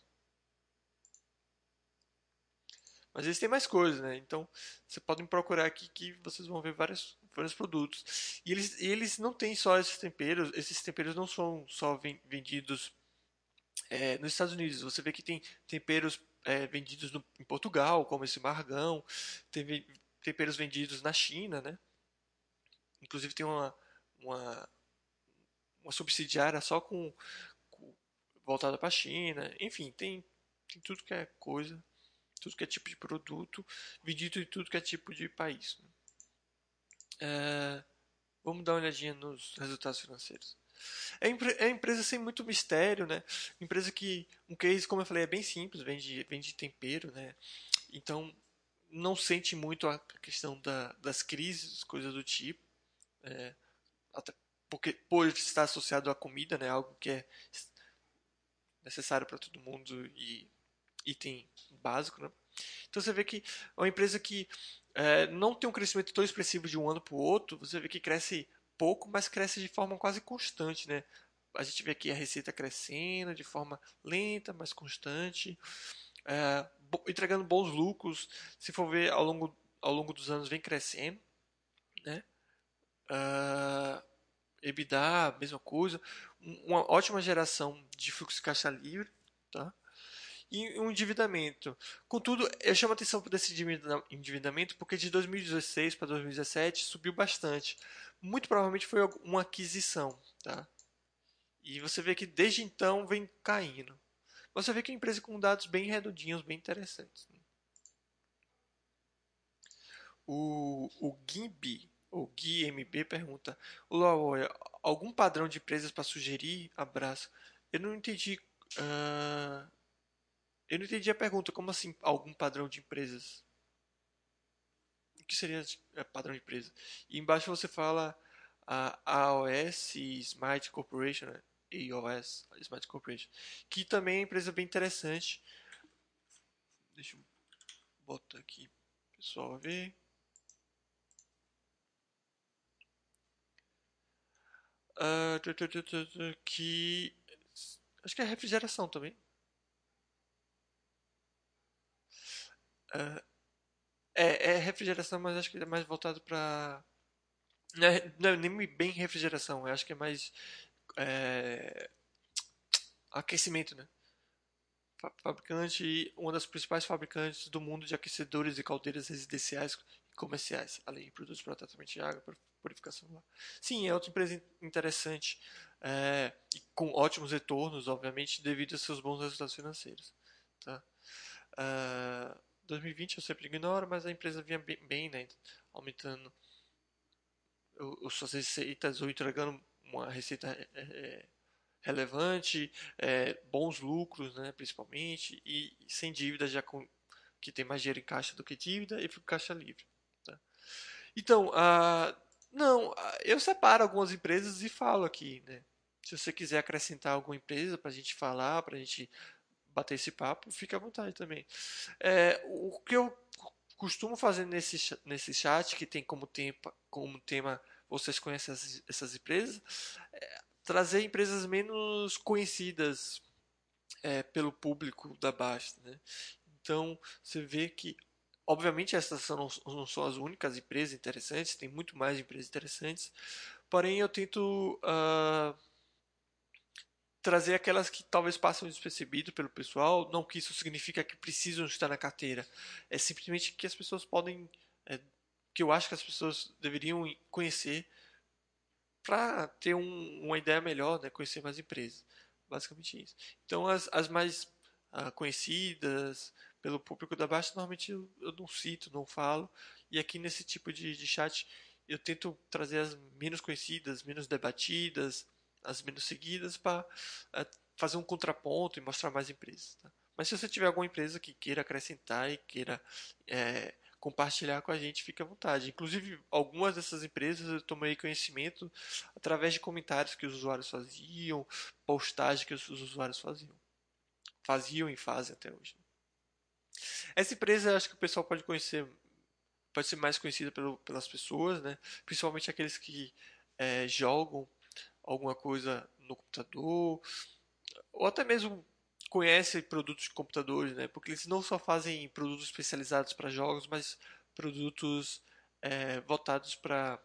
Mas eles têm mais coisas, né? Então, você podem procurar aqui que vocês vão ver vários, vários produtos. E eles, e eles não têm só esses temperos. Esses temperos não são só vendidos é, nos Estados Unidos. Você vê que tem temperos é, vendidos no, em Portugal, como esse margão. Tem temperos vendidos na China, né? Inclusive tem uma, uma, uma subsidiária só com, com voltada para a China. Enfim, tem. Tem tudo que é coisa, tudo que é tipo de produto, vendido em tudo que é tipo de país. Né? É, vamos dar uma olhadinha nos resultados financeiros. É, empre- é empresa sem muito mistério, né? Empresa que, um case, como eu falei, é bem simples, vende, vende tempero, né? Então, não sente muito a questão da, das crises, coisas do tipo. É, até porque por estar associado à comida, né? Algo que é necessário para todo mundo e item básico, né? Então você vê que é uma empresa que é, não tem um crescimento tão expressivo de um ano para o outro, você vê que cresce pouco, mas cresce de forma quase constante, né? A gente vê aqui a receita crescendo de forma lenta, mas constante, é, entregando bons lucros. Se for ver ao longo, ao longo dos anos, vem crescendo, né? Uh, EBITDA, mesma coisa. Uma ótima geração de fluxo de caixa livre, tá? E um endividamento. Contudo, eu chamo a atenção para esse endividamento porque de dois mil e dezesseis para dois mil e dezessete subiu bastante. Muito provavelmente foi uma aquisição, tá? E você vê que desde então vem caindo. Você vê que é uma empresa com dados bem redondinhos, bem interessantes. Né? O, o Gimbi, o Gui M B pergunta: Olá, algum padrão de empresas para sugerir? Abraço. Eu não entendi. ah, eu não entendi a pergunta. Como assim algum padrão de empresas? O que seria é, padrão de empresa? E embaixo você fala a AOS Smart Corporation, né? A O S Smart Corporation, que também é uma empresa bem interessante. Deixa eu botar aqui, pessoal, ver. Ah, tu, tu, tu, tu, tu, que acho que é refrigeração também. Ah, é, é refrigeração, mas acho que é mais voltado para não é, não é nem bem refrigeração, eu acho que é mais é, aquecimento, né? Fabricante, uma das principais fabricantes do mundo de aquecedores e caldeiras residenciais e comerciais, além de produtos para tratamento de água, purificação lá. Sim, é outra empresa interessante é, e com ótimos retornos, obviamente, devido aos seus bons resultados financeiros. Tá? Uh, dois mil e vinte eu sempre ignoro, mas a empresa vinha bem, bem né, aumentando as suas receitas ou entregando uma receita é, é, relevante, é, bons lucros, né, principalmente, e sem dívida, já com, que tem mais dinheiro em caixa do que dívida, e fica caixa livre. Tá? Então, ah, não, ah, eu separo algumas empresas e falo aqui, né? Se você quiser acrescentar alguma empresa para a gente falar, para a gente bater esse papo, fica à vontade também. É, o que eu costumo fazer nesse, nesse chat, que tem como, tempo, como tema vocês conhecem essas, essas empresas, é trazer empresas menos conhecidas é, pelo público da Basta. Né? Então, você vê que, obviamente, essas são, não são as únicas empresas interessantes, tem muito mais empresas interessantes, porém eu tento uh, trazer aquelas que talvez passem despercebido pelo pessoal, não que isso significa que precisam estar na carteira, é simplesmente que as pessoas podem, é, que eu acho que as pessoas deveriam conhecer para ter um, uma ideia melhor, né, conhecer mais empresas, basicamente isso. Então as, as mais ah, conhecidas pelo público da Baixa, normalmente eu, eu não cito, não falo, e aqui nesse tipo de, de chat eu tento trazer as menos conhecidas, menos debatidas, as menos seguidas para fazer um contraponto e mostrar mais empresas. Tá? Mas se você tiver alguma empresa que queira acrescentar e queira é, compartilhar com a gente, fique à vontade. Inclusive, algumas dessas empresas eu tomei conhecimento através de comentários que os usuários faziam, postagens que os usuários faziam. Faziam e fazem até hoje. Essa empresa eu acho que o pessoal pode conhecer, pode ser mais conhecida pelo, pelas pessoas, né? Principalmente aqueles que é, jogam alguma coisa no computador, ou até mesmo conhecem produtos de computadores, né? Porque eles não só fazem produtos especializados para jogos, mas produtos é, voltados para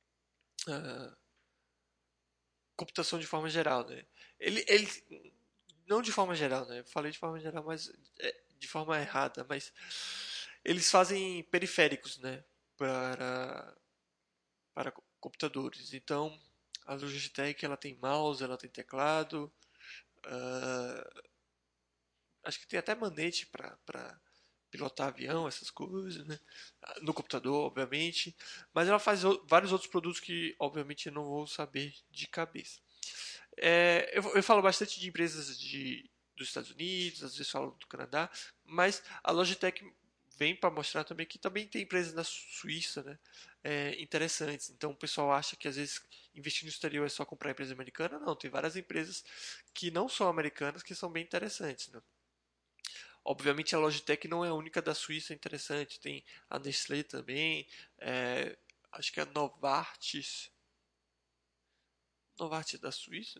uh, computação de forma geral, né? Ele, ele, não de forma geral, né? Eu falei de forma geral, mas é, de forma errada, mas eles fazem periféricos, né? Para, para computadores. Então, a Logitech ela tem mouse, ela tem teclado, uh, acho que tem até manete para pilotar avião, essas coisas, né? No computador, obviamente. Mas ela faz vários outros produtos que, obviamente, eu não vou saber de cabeça. É, eu, eu falo bastante de empresas de, dos Estados Unidos, às vezes falo do Canadá, mas a Logitech vem para mostrar também que também tem empresas na Suíça, né, é, interessantes. Então o pessoal acha que às vezes investir no exterior é só comprar empresa americana. Não, tem várias empresas que não são americanas que são bem interessantes, né? Obviamente a Logitech não é a única da Suíça interessante, tem a Nestlé também, é, acho que a Novartis, Novartis da Suíça?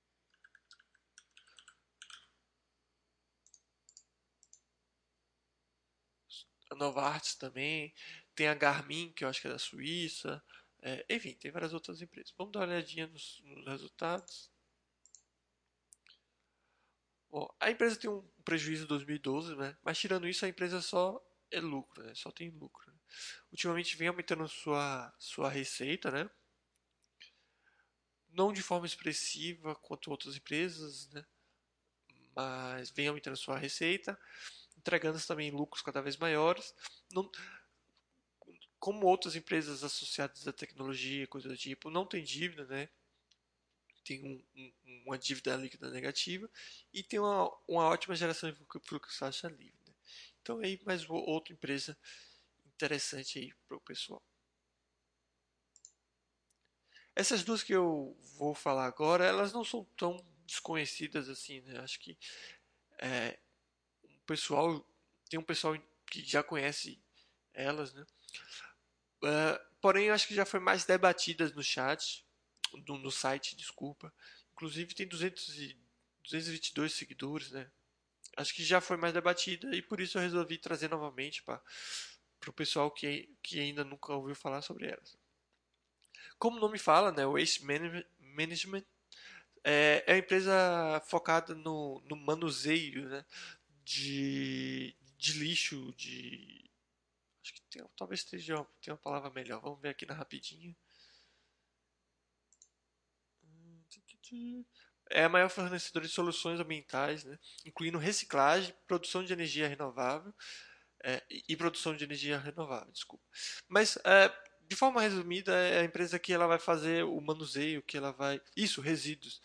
A Novartis também, tem a Garmin, que eu acho que é da Suíça, é, enfim, tem várias outras empresas. Vamos dar uma olhadinha nos, nos resultados. Bom, a empresa tem um prejuízo em dois mil e doze, né? Mas tirando isso, a empresa só é lucro, né? Só tem lucro. Né? Ultimamente vem aumentando sua, sua receita, né? Não de forma expressiva quanto outras empresas, né? Mas vem aumentando sua receita, entregando também lucros cada vez maiores. Não, como outras empresas associadas à tecnologia, coisa do tipo, não tem dívida, né? Tem um, um, uma dívida líquida negativa e tem uma, uma ótima geração de fluxo de caixa livre. Né? Então aí mais outra empresa interessante aí para o pessoal. Essas duas que eu vou falar agora, elas não são tão desconhecidas assim, né? Acho que é, o pessoal tem um pessoal que já conhece elas, né? Uh, porém, eu acho que já foi mais debatidas no chat, no, no site, desculpa. Inclusive tem duzentos e, duzentos e vinte e dois seguidores, né? Acho que já foi mais debatida e por isso eu resolvi trazer novamente para o pessoal que, que ainda nunca ouviu falar sobre elas. Como o nome fala, né, o Waste Management é, é uma empresa focada no, no manuseio, né, de, de lixo, de... Acho que tem, talvez esteja, tenha uma palavra melhor. Vamos ver aqui na rapidinho. É a maior fornecedora de soluções ambientais, né, incluindo reciclagem, produção de energia renovável é, e, e produção de energia renovável, desculpa. Mas é, de forma resumida, é a empresa que ela vai fazer o manuseio, que ela vai, isso, resíduos,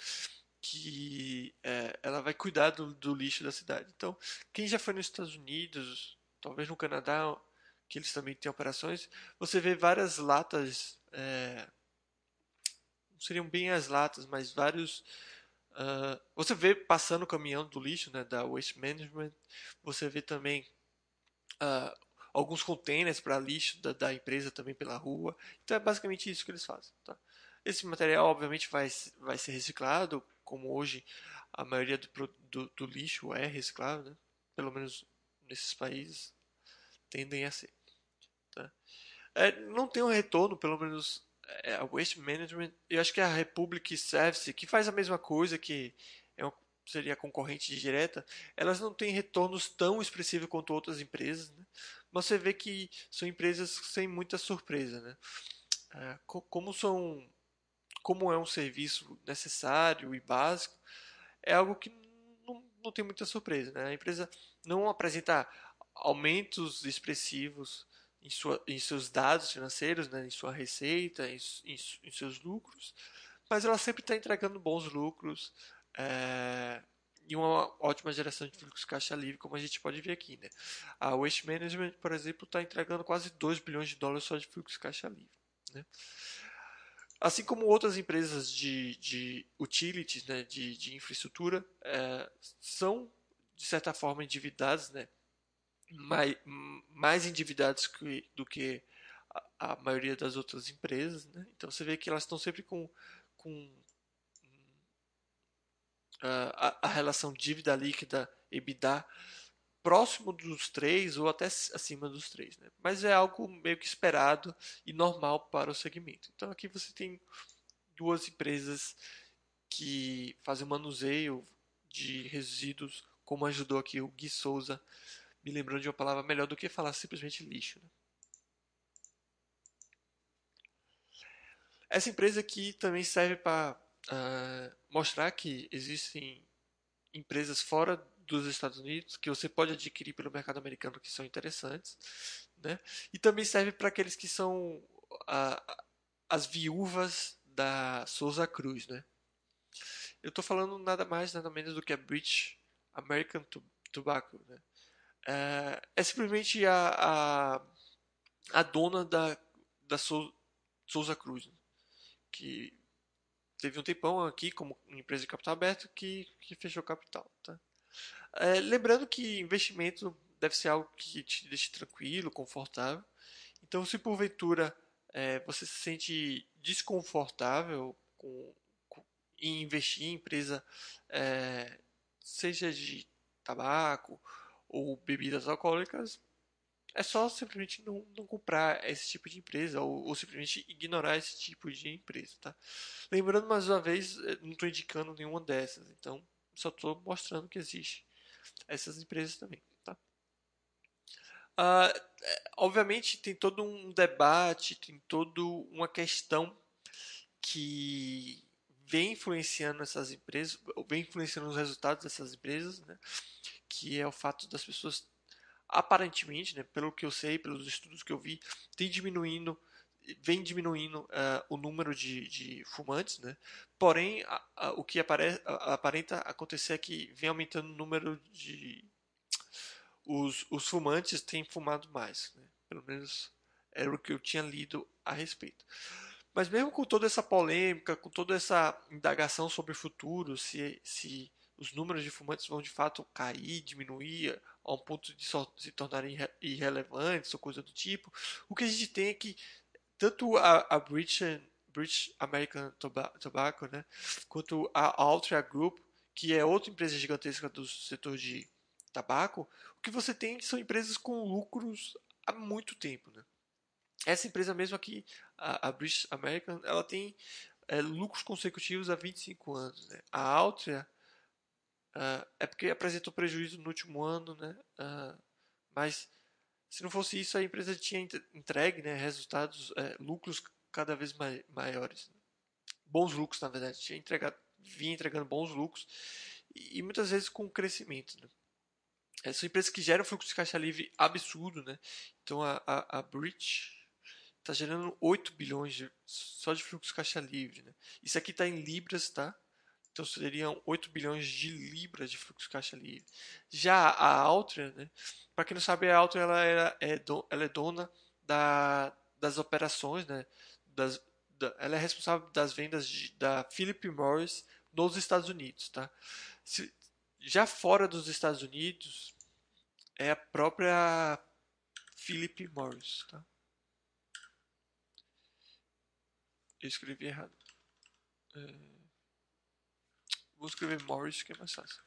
que é, ela vai cuidar do, do lixo da cidade. Então, quem já foi nos Estados Unidos, talvez no Canadá, que eles também têm operações, você vê várias latas, é, não seriam bem as latas, mas vários. Uh, você vê passando o caminhão do lixo, né, da Waste Management. Você vê também uh, alguns containers para lixo da, da, empresa também pela rua. Então é basicamente isso que eles fazem. Tá? Esse material, obviamente, vai, vai ser reciclado, como hoje a maioria do, do, do lixo é reciclável, né? Pelo menos nesses países tendem a ser. Tá? É, não tem um retorno, pelo menos é, a Waste Management. Eu acho que é a Republic Service, que faz a mesma coisa, que é uma, seria a concorrente direta, elas não têm retornos tão expressivos quanto outras empresas, né? Mas você vê que são empresas sem muita surpresa, né? É, co como são, como é um serviço necessário e básico, é algo que não, não tem muita surpresa, né? A empresa não apresenta aumentos expressivos em, sua, em seus dados financeiros, né? Em sua receita, em, em, em seus lucros, mas ela sempre está entregando bons lucros é, e uma ótima geração de fluxo caixa livre, como a gente pode ver aqui, né? A Waste Management, por exemplo, está entregando quase dois bilhões de dólares só de fluxo caixa livre, né? Assim como outras empresas de, de utilities, né, de, de infraestrutura, é, são, de certa forma, endividadas, né, mais, mais endividadas que, do que a, a, maioria das outras empresas. Né? Então você vê que elas estão sempre com, com uh, a, a relação dívida líquida EBITDA próximo dos três ou até acima dos três, né? Mas é algo meio que esperado e normal para o segmento. Então aqui você tem duas empresas que fazem manuseio de resíduos, como ajudou aqui o Gui Souza, me lembrando de uma palavra melhor do que falar simplesmente lixo. Né? Essa empresa aqui também serve para uh, mostrar que existem empresas fora dos Estados Unidos, que você pode adquirir pelo mercado americano, que são interessantes, né? E também serve para aqueles que são a, as viúvas da Souza Cruz, né? Eu estou falando nada mais, nada menos do que a British American Tobacco, né? É, é simplesmente a, a, a dona da, da Sou- Souza Cruz, né? Que teve um tempão aqui como empresa de capital aberto que, que fechou capital, tá? É, lembrando que investimento deve ser algo que te deixe tranquilo, confortável. Então, se porventura é, você se sente desconfortável com, com- em investir em empresa, é, seja de tabaco ou bebidas alcoólicas, é só simplesmente não, não comprar esse tipo de empresa ou, ou simplesmente ignorar esse tipo de empresa, tá? Lembrando mais uma vez, eh, não estou indicando nenhuma dessas, então só estou mostrando que existe essas empresas também, tá? Ah, é, obviamente tem todo um debate, tem toda uma questão que vem influenciando essas empresas, ou vem influenciando os resultados dessas empresas, né? Que é o fato das pessoas aparentemente, né, pelo que eu sei, pelos estudos que eu vi, tem diminuindo, vem diminuindo ah, o número de, de fumantes, né? Porém, a- a- o que apare, a- aparenta acontecer é que vem aumentando o número de os, os fumantes têm fumado mais, né? Pelo menos era o que eu tinha lido a respeito. Mas mesmo com toda essa polêmica, com toda essa indagação sobre o futuro, se, se os números de fumantes vão de fato cair, diminuir, a um ponto de só se tornarem irre- irrelevantes ou coisa do tipo, o que a gente tem é que tanto a, a British, British American Toba- Tobacco, né, quanto a Altria Group, que é outra empresa gigantesca do setor de tabaco, o que você tem são empresas com lucros há muito tempo, né? Essa empresa mesmo aqui, a, a British American, ela tem é, lucros consecutivos há vinte e cinco anos, né? A Altria ah, é porque apresentou prejuízo no último ano, né? Ah, mas se não fosse isso, a empresa tinha entregue, né, resultados, é, lucros cada vez mai- maiores, né? Bons lucros, na verdade, tinha entregado, vinha entregando bons lucros e, e muitas vezes com crescimento, né? É, são empresas que geram fluxo de caixa livre absurdo, né? Então a, a, a Bridge está gerando oito bilhões de, só de fluxo de caixa livre, né? Isso aqui está em libras, tá? Então seriam oito bilhões de libras de fluxo de caixa livre. Já a Altria, né? Para quem não sabe, a Altria ela, era, é, do, ela é dona da, das operações, né? Das, da, ela é responsável das vendas de, da Philip Morris nos Estados Unidos, tá? Se, já fora dos Estados Unidos, é a própria Philip Morris, tá? Eu escrevi errado. É, vou escrever Morris, que é mais fácil.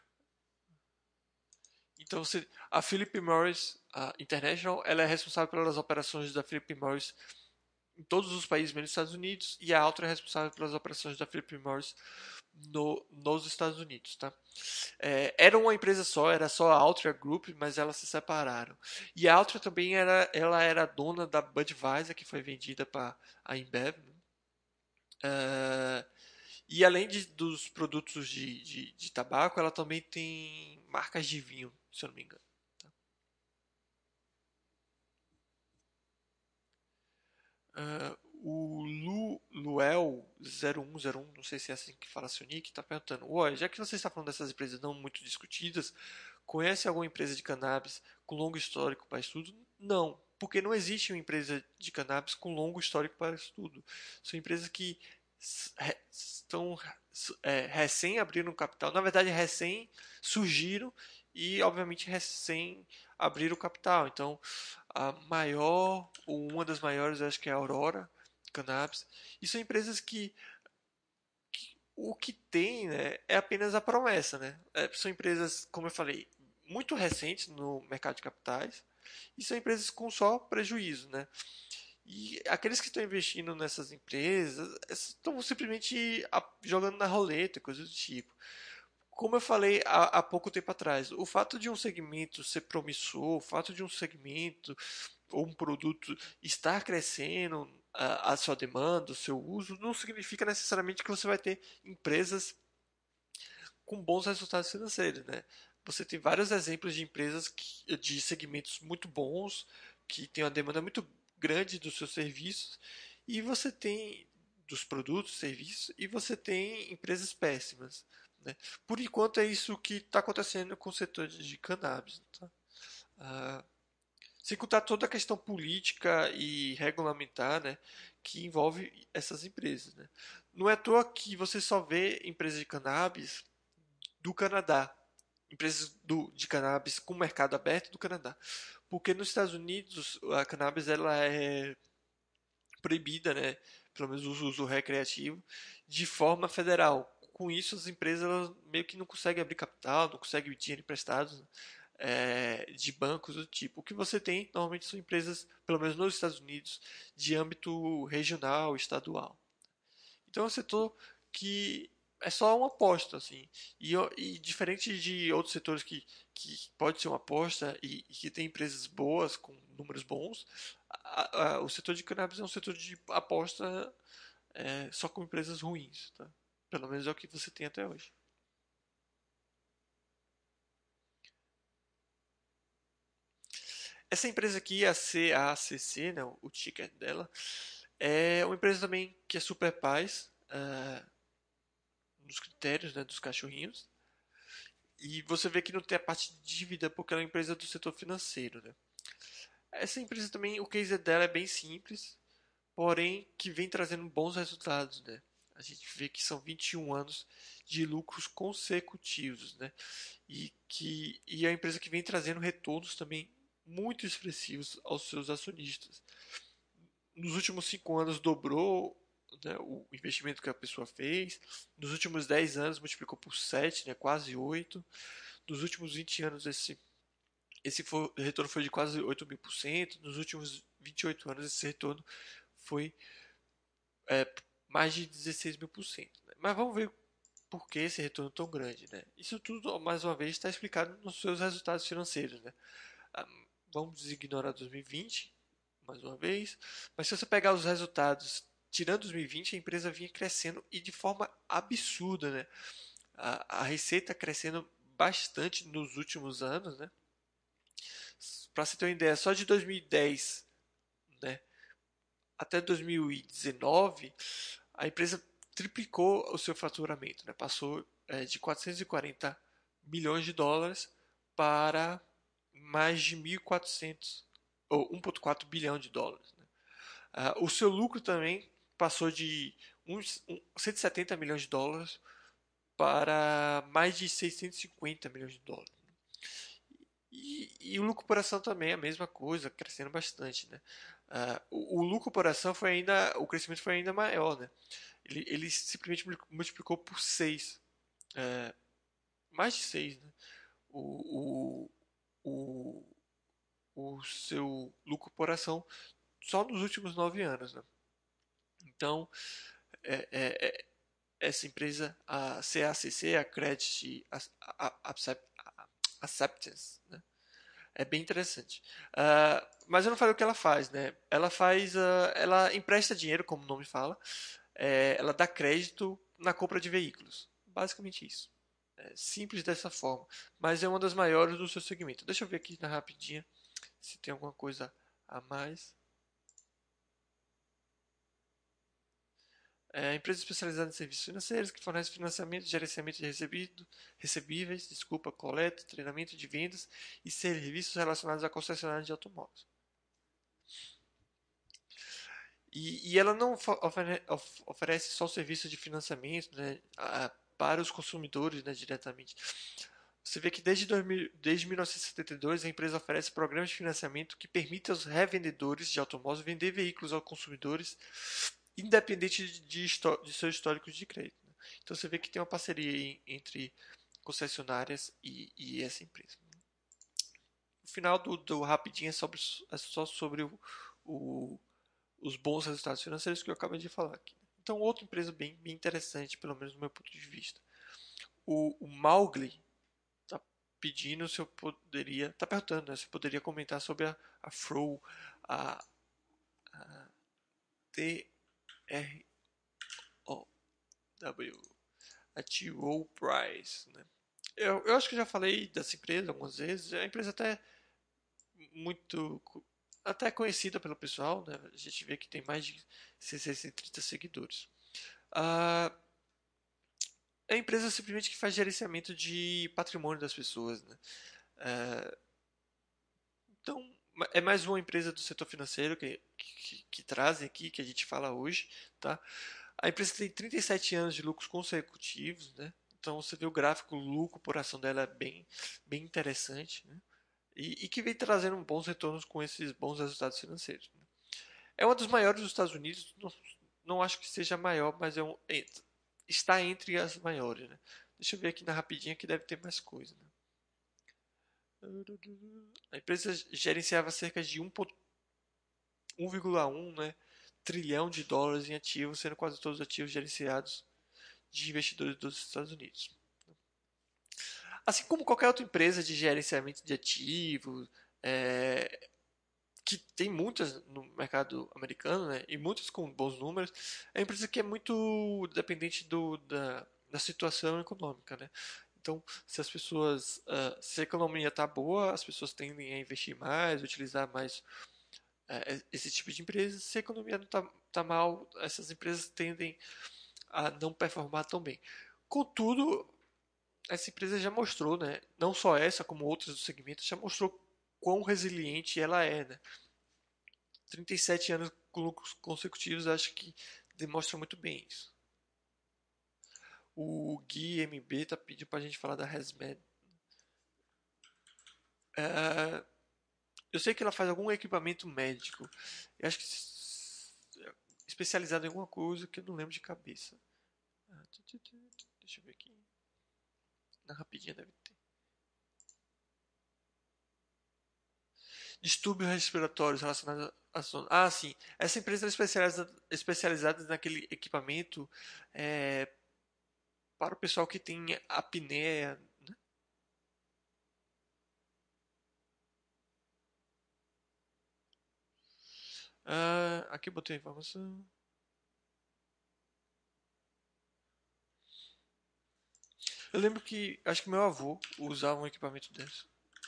Então, você, a Philip Morris a International, ela é responsável pelas operações da Philip Morris em todos os países menos nos Estados Unidos e a Altria é responsável pelas operações da Philip Morris no, nos Estados Unidos, tá? É, era uma empresa só, era só a Altria Group, mas elas se separaram. E a Altria também era, ela era dona da Budweiser, que foi vendida para a Embev, né? É, e além de, dos produtos de, de, de tabaco, ela também tem marcas de vinho, se eu não me engano. Ah, o Lu, Luel zero um zero um, não sei se é assim que fala seu nick, está perguntando: Oi, já que você está falando dessas empresas não muito discutidas, conhece alguma empresa de cannabis com longo histórico para estudo? Não, porque não existe uma empresa de cannabis com longo histórico para estudo. São empresas que s- re- estão é, recém abriram capital, na verdade recém surgiram e obviamente recém abriram capital. Então a maior, ou uma das maiores, acho que é a Aurora Cannabis, e são empresas que, que o que tem, né, é apenas a promessa, né? É, são empresas, como eu falei, muito recentes no mercado de capitais e são empresas com só prejuízo, né? E aqueles que estão investindo nessas empresas estão simplesmente jogando na roleta, coisas do tipo. Como eu falei há, há pouco tempo atrás, o fato de um segmento ser promissor, o fato de um segmento ou um produto estar crescendo a, a sua demanda, o seu uso, não significa necessariamente que você vai ter empresas com bons resultados financeiros, né? você tem vários exemplos de empresas que, de segmentos muito bons, que têm uma demanda muito grande dos seus serviços, e você tem dos produtos, serviços, e você tem empresas péssimas, né? Por enquanto é isso que está acontecendo com o setor de cannabis, tá? Ah, sem contar toda a questão política e regulamentar, né, que envolve essas empresas, né? Não é à toa que você só vê empresas de cannabis do Canadá, empresas do, de cannabis com mercado aberto do Canadá, porque nos Estados Unidos a cannabis ela é proibida, né, pelo menos o uso recreativo, de forma federal. Com isso as empresas elas meio que não conseguem abrir capital, não conseguem dinheiro emprestado, é, de bancos do tipo. O que você tem normalmente são empresas, pelo menos nos Estados Unidos, de âmbito regional, estadual. Então é um setor que é só uma aposta, assim. E, e diferente de outros setores que, que pode ser uma aposta e, e que tem empresas boas, com números bons, a, a, o setor de cannabis é um setor de aposta é, só com empresas ruins, tá? Pelo menos é o que você tem até hoje. Essa empresa aqui, a C A C C, né, o ticker dela, é uma empresa também que é super paz uh, nos critérios, né, dos cachorrinhos. E você vê que não tem a parte de dívida porque ela é uma empresa do setor financeiro, né? Essa empresa também, o case dela é bem simples, porém que vem trazendo bons resultados, né? A gente vê que são vinte e um anos de lucros consecutivos, né? E que e é uma empresa que vem trazendo retornos também muito expressivos aos seus acionistas. Nos últimos cinco anos dobrou, né, o investimento que a pessoa fez. Nos últimos dez anos multiplicou por sete, né, quase oito. Nos últimos vinte anos esse esse foi, retorno foi de quase oito mil por cento. Nos últimos vinte e oito anos esse retorno foi é, mais de dezesseis mil por cento. Né? Mas vamos ver por que esse retorno tão grande, né? Isso tudo, mais uma vez, está explicado nos seus resultados financeiros, né? Ah, vamos ignorar dois mil e vinte, mais uma vez. Mas se você pegar os resultados, tirando dois mil e vinte, a empresa vinha crescendo e de forma absurda, né? A, a receita crescendo bastante nos últimos anos, né? Para você ter uma ideia, só de dois mil e dez, né, até dois mil e dezenove, a empresa triplicou o seu faturamento, né? Passou é, de quatrocentos e quarenta milhões de dólares para mais de mil e quatrocentos ou um vírgula quatro bilhão de dólares. Né? Ah, o seu lucro também passou de uns, um, cento e setenta milhões de dólares para mais de seiscentos e cinquenta milhões de dólares. E, e o lucro por ação também é a mesma coisa, crescendo bastante, né? Ah, o, o lucro por ação foi ainda, o crescimento foi ainda maior, né? Ele, ele simplesmente multiplicou por seis, é, mais de seis, né? O, o, o, o seu lucro por ação só nos últimos nove anos, né? Então, é, é, é, essa empresa, a C A C C, a Credit Acceptance, né? É bem interessante. Uh, mas eu não falei o que ela faz, né? Ela faz, uh, ela empresta dinheiro, como o nome fala, é, ela dá crédito na compra de veículos. Basicamente isso. É simples dessa forma, mas é uma das maiores do seu segmento. Deixa eu ver aqui na rapidinha se tem alguma coisa a mais. É, empresa especializada em serviços financeiros que fornece financiamento, gerenciamento de recebido, recebíveis, desculpa, coleta, treinamento de vendas e serviços relacionados à concessionária de automóveis. E, e ela não ofere, of, oferece só serviços de financiamento, né, a, para os consumidores, né, diretamente. Você vê que desde, dois mil, desde mil novecentos e setenta e dois a empresa oferece programas de financiamento que permitem aos revendedores de automóveis vender veículos aos consumidores, independente de, de, de seu histórico de crédito. Né? Então você vê que tem uma parceria entre concessionárias e, e essa empresa. O final do, do rapidinho é, sobre, é só sobre o, o os bons resultados financeiros que eu acabei de falar aqui. Então, outra empresa bem, bem interessante, pelo menos do meu ponto de vista. O, o Mowgli está pedindo se eu poderia, está perguntando né, se eu poderia comentar sobre a, a Frow, a, a T R O W, a T. Rowe Price. Né? Eu, eu acho que eu já falei dessa empresa algumas vezes. É uma empresa até muito até conhecida pelo pessoal, né? A gente vê que tem mais de seiscentos e trinta seguidores. Ah, é a empresa simplesmente que faz gerenciamento de patrimônio das pessoas, né? Ah, então, é mais uma empresa do setor financeiro que, que, que trazem aqui, que a gente fala hoje, tá? A empresa tem trinta e sete anos de lucros consecutivos, né? Então você vê o gráfico lucro por ação dela é bem, bem interessante, né? E, e que vem trazendo bons retornos com esses bons resultados financeiros, né? É uma das maiores dos Estados Unidos, não, não acho que seja a maior, mas é um, é- está entre as maiores, né? Deixa eu ver aqui na rapidinha que deve ter mais coisa, né? A empresa gerenciava cerca de um vírgula um, né, trilhão de dólares em ativos, sendo quase todos os ativos gerenciados de investidores dos Estados Unidos. Assim como qualquer outra empresa de gerenciamento de ativos, é, que tem muitas no mercado americano, né, e muitas com bons números, é uma empresa que é muito dependente do, da, da situação econômica, né? Então, se as pessoas, uh, se a economia está boa, as pessoas tendem a investir mais, utilizar mais uh, esse tipo de empresa. Se a economia não está tá mal, essas empresas tendem a não performar tão bem. Contudo, essa empresa já mostrou, né? Não só essa, como outras do segmento, já mostrou quão resiliente ela é, né? trinta e sete anos com lucros consecutivos, acho que demonstra muito bem isso. O Gui M B tá pedindo pra gente falar da ResMed. É, eu sei que ela faz algum equipamento médico. Eu acho que especializado em alguma coisa que eu não lembro de cabeça. Ah, deixa eu ver aqui. Na rapidinha deve ter. Distúrbios respiratórios relacionados a sono. Ah, sim. Essa empresa é especializada, especializada naquele equipamento é, para o pessoal que tem apneia. Ah, aqui eu botei a informação. Eu lembro que acho que meu avô usava um equipamento desse.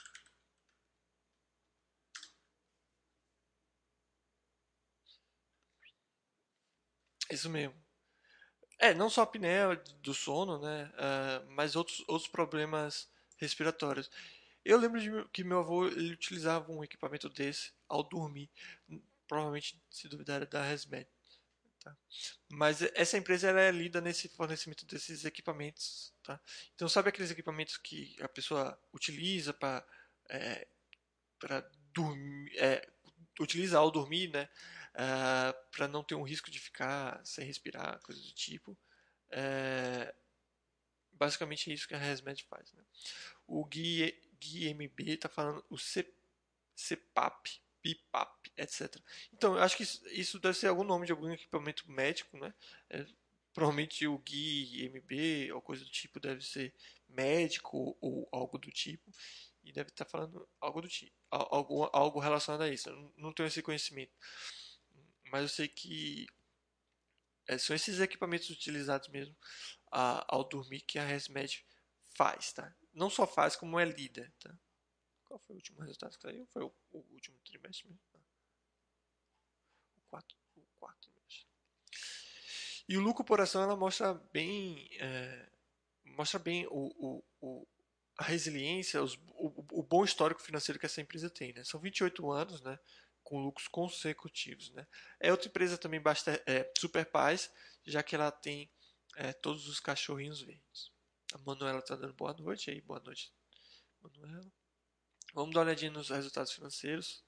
Isso mesmo. É, não só a apneia do sono, né? Ah, mas outros, outros problemas respiratórios. Eu lembro de meu- que meu avô ele utilizava um equipamento desse ao dormir. Provavelmente, se duvidar, era da ResMed. Tá? Mas essa empresa ela é lida nesse fornecimento desses equipamentos, tá? Então sabe aqueles equipamentos que a pessoa utiliza para é, para dormir, é, utiliza ao dormir, né? Para não ter um risco de ficar sem respirar, coisa do tipo. É, basicamente é isso que a ResMed faz, né? O Gui, Gui M B está falando o C, CPAP, PIPAP, etcétera. Então, eu acho que isso, isso deve ser algum nome de algum equipamento médico, né? É, provavelmente o Gui M B ou coisa do tipo deve ser médico ou algo do tipo. E deve estar falando algo do tipo, algo, algo relacionado a isso. Eu não, não tenho esse conhecimento. Mas eu sei que é, são esses equipamentos utilizados mesmo a, ao dormir que a ResMed faz, tá? Não só faz, como é líder, tá? Qual foi o último resultado que saiu? Foi o, o último trimestre mesmo? Não, o quarto, o quarto trimestre. E o lucro por ação ela mostra bem, é, mostra bem o, o, o, a resiliência, os, o, o bom histórico financeiro que essa empresa tem, né? São vinte e oito anos, né? Com lucros consecutivos, né? É outra empresa também bastante, é, super paz, já que ela tem é, todos os cachorrinhos verdes. A Manuela tá dando boa noite aí, boa noite, Manuela. Vamos dar uma olhadinha nos resultados financeiros.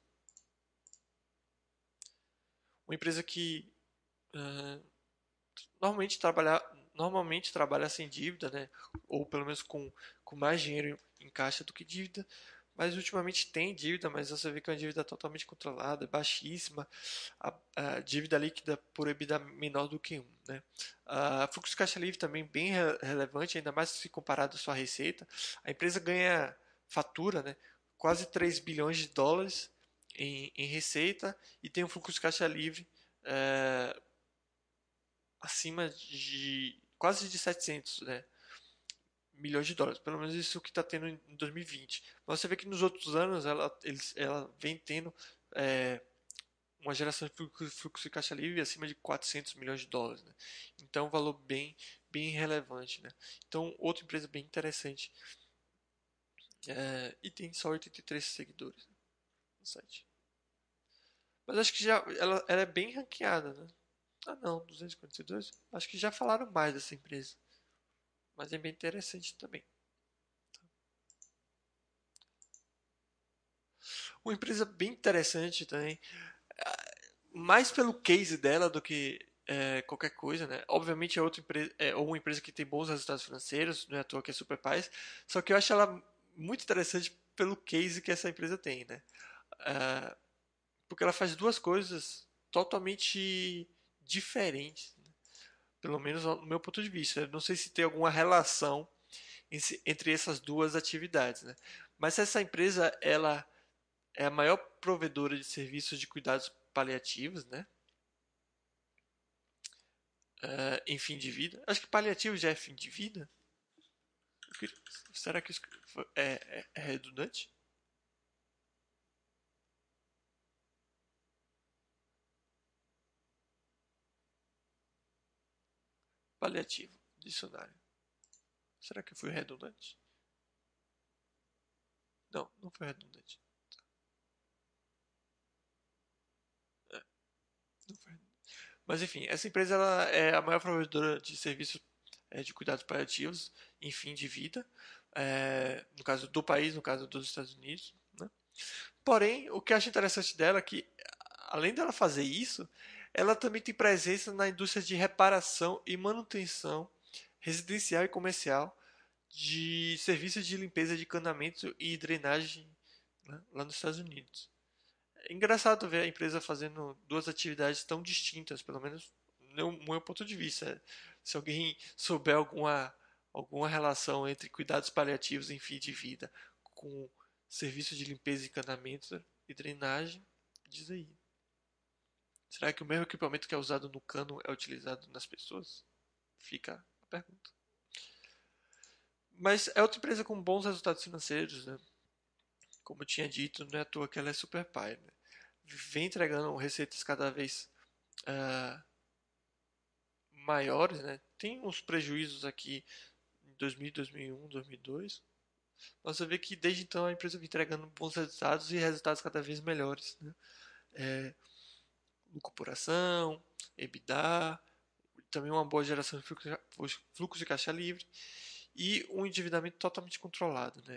Uma empresa que uh, normalmente trabalha normalmente trabalha sem dívida, né? Ou pelo menos com, com mais dinheiro em caixa do que dívida. Mas ultimamente tem dívida, mas você vê que é uma dívida totalmente controlada, baixíssima. A, a dívida líquida por EBITDA menor do que um, né? A fluxo de caixa livre também bem re relevante, ainda mais se comparado à sua receita. A empresa ganha fatura, né? Quase três bilhões de dólares em, em receita e tem um fluxo de caixa livre é, acima de quase de setecentos, né? milhões de dólares. Pelo menos isso que está tendo em dois mil e vinte. Mas você vê que nos outros anos ela, eles, ela vem tendo é, uma geração de fluxo, fluxo de caixa livre acima de quatrocentos milhões de dólares. Né? Então, é um valor bem, bem relevante. Né? Então, outra empresa bem interessante. É, e tem só oitenta e três seguidores, né, no site. Mas acho que já ela, ela é bem ranqueada, né? Ah, não, duzentos e quarenta e dois. Acho que já falaram mais dessa empresa. Mas é bem interessante também. Uma empresa bem interessante também, mais pelo case dela do que é, qualquer coisa, né? Obviamente é outra empresa, é uma empresa que tem bons resultados financeiros, não é à toa que é super paz, só que eu acho ela muito interessante pelo case que essa empresa tem, né? Ah, porque ela faz duas coisas totalmente diferentes, né? Pelo menos no meu ponto de vista. Eu não sei se tem alguma relação entre essas duas atividades, né? Mas essa empresa ela é a maior provedora de serviços de cuidados paliativos, né? Uh, em fim de vida. Acho que paliativo já é fim de vida. Queria... Será que isso é, é, é redundante? Paliativo, dicionário. Será que eu fui redundante? Não, não foi redundante. É, não foi redundante. Mas enfim, essa empresa ela é a maior provedora de serviços é, de cuidados paliativos em fim de vida, é, no caso do país, no caso dos Estados Unidos. Né? Porém, o que eu acho interessante dela é que, além dela fazer isso, ela também tem presença na indústria de reparação e manutenção residencial e comercial de serviços de limpeza de encanamento e drenagem, né, lá nos Estados Unidos. É engraçado ver a empresa fazendo duas atividades tão distintas, pelo menos no meu ponto de vista. Se alguém souber alguma, alguma relação entre cuidados paliativos em fim de vida com serviço de limpeza e encanamento e drenagem, diz aí. Será que o mesmo equipamento que é usado no cano é utilizado nas pessoas? Fica a pergunta. Mas é outra empresa com bons resultados financeiros, né? Como eu tinha dito, não é à toa que ela é super pai, né? Vem entregando receitas cada vez uh, maiores, né? Tem uns prejuízos aqui em dois mil, dois mil e um, dois mil e dois. Mas você vê que desde então a empresa vem entregando bons resultados e resultados cada vez melhores, né? É, lucro por ação, EBITDA, também uma boa geração de fluxo, fluxo de caixa livre e um endividamento totalmente controlado, né?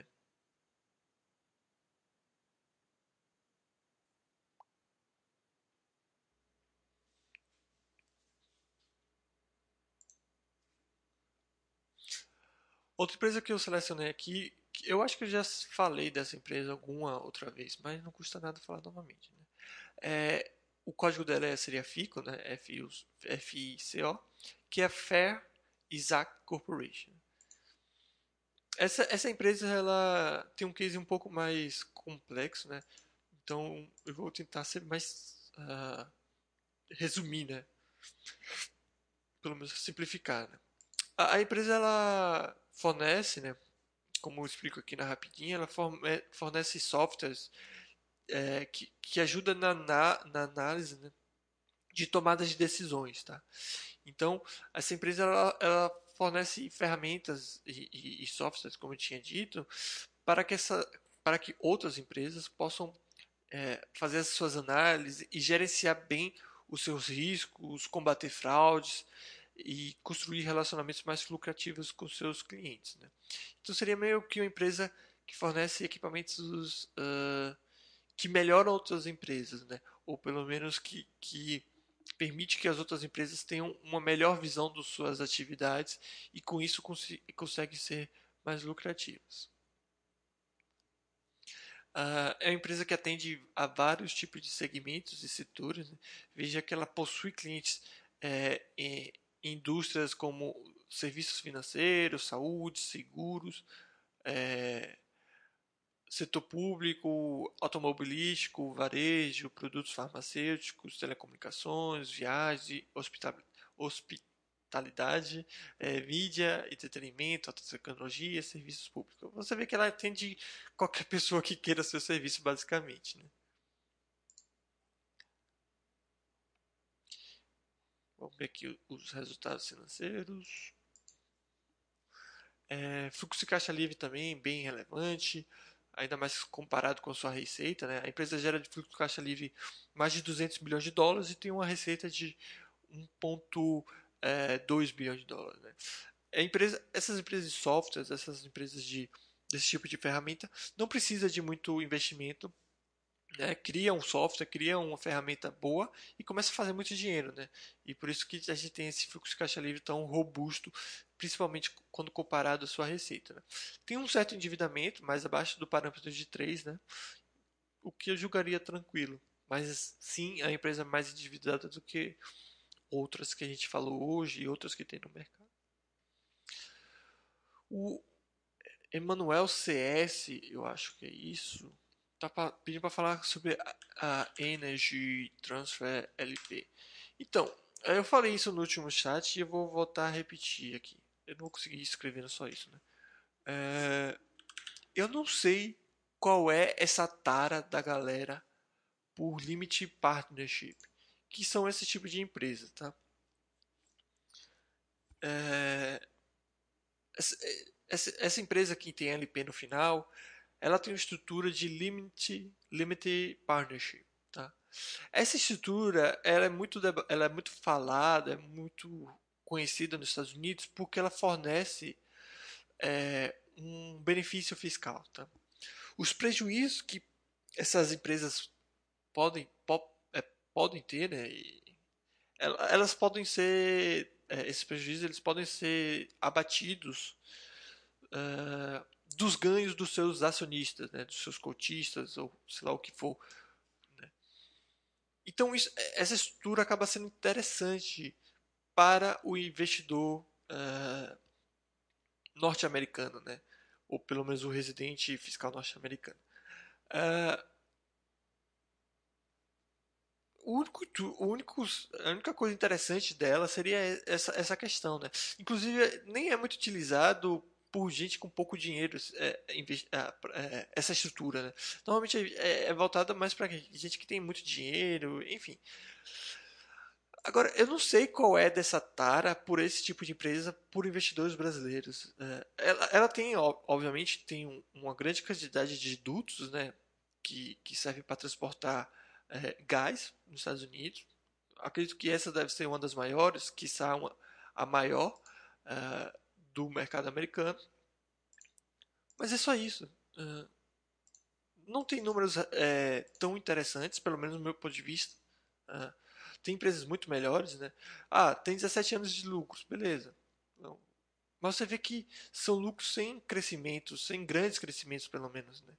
Outra empresa que eu selecionei aqui, que eu acho que eu já falei dessa empresa alguma outra vez, mas não custa nada falar novamente, né? É, o código dela é- seria FICO, né? F I C O, que é Fair Isaac Corporation. Essa, essa empresa ela tem um case um pouco mais complexo, né? Então eu vou tentar ser mais uh, resumir, né? Pelo menos simplificar. Né? A, a empresa ela fornece, né? Como eu explico aqui na rapidinha, ela fornece softwares é, que, que ajudam na, na, na análise, né, de tomadas de decisões, tá? Então, essa empresa ela, ela fornece ferramentas e, e, e, softwares, como eu tinha dito, para que, essa, para que outras empresas possam é, fazer as suas análises e gerenciar bem os seus riscos, combater fraudes e construir relacionamentos mais lucrativos com seus clientes. Né? Então seria meio que uma empresa que fornece equipamentos uh, que melhoram outras empresas, né? Ou pelo menos que, que permite que as outras empresas tenham uma melhor visão de suas atividades e com isso cons conseguem ser mais lucrativas. Uh, é uma empresa que atende a vários tipos de segmentos e setores. Né? Veja que ela possui clientes é, em indústrias como serviços financeiros, saúde, seguros, é, setor público, automobilístico, varejo, produtos farmacêuticos, telecomunicações, viagens, hospital, hospitalidade, é, mídia, entretenimento, alta tecnologia, serviços públicos. Você vê que ela atende qualquer pessoa que queira seu serviço, basicamente, né? Vamos ver aqui os resultados financeiros. É, fluxo de caixa livre também, bem relevante, ainda mais comparado com a sua receita, né? A empresa gera de fluxo de caixa livre mais de duzentos bilhões de dólares e tem uma receita de um vírgula dois bilhões de dólares, né? A empresa, essas empresas de softwares, essas empresas de, desse tipo de ferramenta, não precisa de muito investimento, né? Cria um software, cria uma ferramenta boa e começa a fazer muito dinheiro, né? E por isso que a gente tem esse fluxo de caixa livre tão robusto, principalmente quando comparado à sua receita, né? Tem um certo endividamento, mais abaixo do parâmetro de três, né? O que eu julgaria tranquilo. Mas sim, a empresa é mais endividada do que outras que a gente falou hoje e outras que tem no mercado. O Emanuel C S, eu acho que é isso, tá pedindo para falar sobre a, a Energy Transfer L P. Então, eu falei isso no último chat e eu vou voltar a repetir aqui. Eu não consegui escrever só isso, né? É, eu não sei qual é essa tara da galera por Limited Partnership, que são esse tipo de empresa, tá? É, essa, essa, essa empresa que tem L P no final, ela tem uma estrutura de limited, limited partnership, tá? Essa estrutura, ela é muito, ela é muito falada, é muito conhecida nos Estados Unidos porque ela fornece é, um benefício fiscal, tá? Os prejuízos que essas empresas podem, po, é, podem ter, né? E elas podem ser, é, esses prejuízos eles podem ser abatidos uh, dos ganhos dos seus acionistas, né, dos seus cotistas ou sei lá o que for. Né? Então isso, essa estrutura acaba sendo interessante para o investidor uh, norte-americano, né? Ou pelo menos o residente fiscal norte-americano. Uh, o único, o único, a única coisa interessante dela seria essa, essa questão, né? Inclusive, nem é muito utilizado por gente com pouco dinheiro é, é, essa estrutura, né? Normalmente é, é voltada mais para gente que tem muito dinheiro, enfim. Agora, eu não sei qual é dessa tara por esse tipo de empresa por investidores brasileiros. É, ela, ela tem, obviamente, tem um, uma grande quantidade de dutos, né? Que, que servem para transportar é, gás nos Estados Unidos. Acredito que essa deve ser uma das maiores, quiçá uma, a maior uh, do mercado americano. Mas é só isso. Uh, não tem números é, tão interessantes, pelo menos do meu ponto de vista. Uh, tem empresas muito melhores, né? Ah, tem dezessete anos de lucros, beleza. Não. Mas você vê que são lucros sem crescimento, sem grandes crescimentos, pelo menos, né?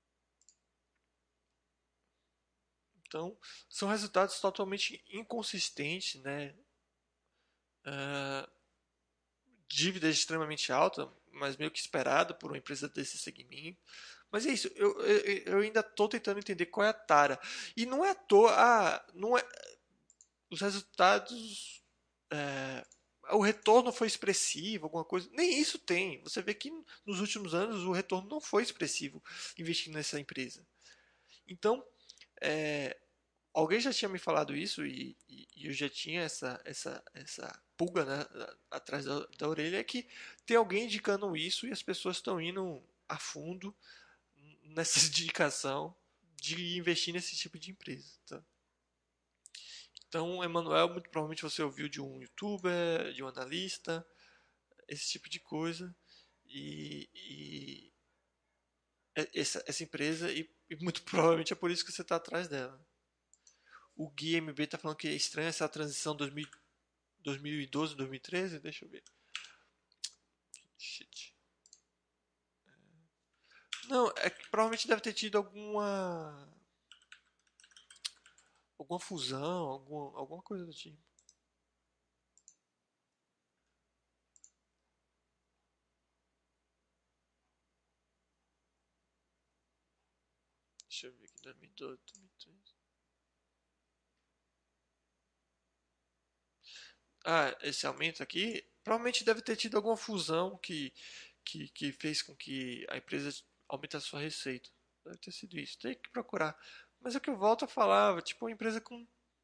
Então, são resultados totalmente inconsistentes, né? Uh, dívida extremamente alta, mas meio que esperada por uma empresa desse segmento. Mas é isso, eu, eu, eu ainda estou tentando entender qual é a tara. E não é à toa, ah, não é, os resultados, é, o retorno foi expressivo, alguma coisa. Nem isso tem. Você vê que nos últimos anos o retorno não foi expressivo investindo nessa empresa. Então, é, alguém já tinha me falado isso e, e, e eu já tinha essa, essa, essa pulga, né, atrás da, da orelha, é que tem alguém indicando isso e as pessoas estão indo a fundo nessa indicação de investir nesse tipo de empresa. Tá? Então, Emanuel, muito provavelmente você ouviu de um youtuber, de um analista, esse tipo de coisa. E, e essa, essa empresa, e, e muito provavelmente é por isso que você está atrás dela. O Gui M B tá falando que é estranha essa transição dois mil, dois mil e doze, dois mil e treze. Deixa eu ver. Shit. Não, é que provavelmente deve ter tido alguma. Alguma fusão, alguma, alguma coisa do tipo. Deixa eu ver aqui, dois mil e doze, dois mil e treze. Ah, esse aumento aqui provavelmente deve ter tido alguma fusão que, que, que fez com que a empresa aumentasse sua receita. Deve ter sido isso. Tem que procurar. Mas é o que eu volto a falar, tipo, uma empresa com.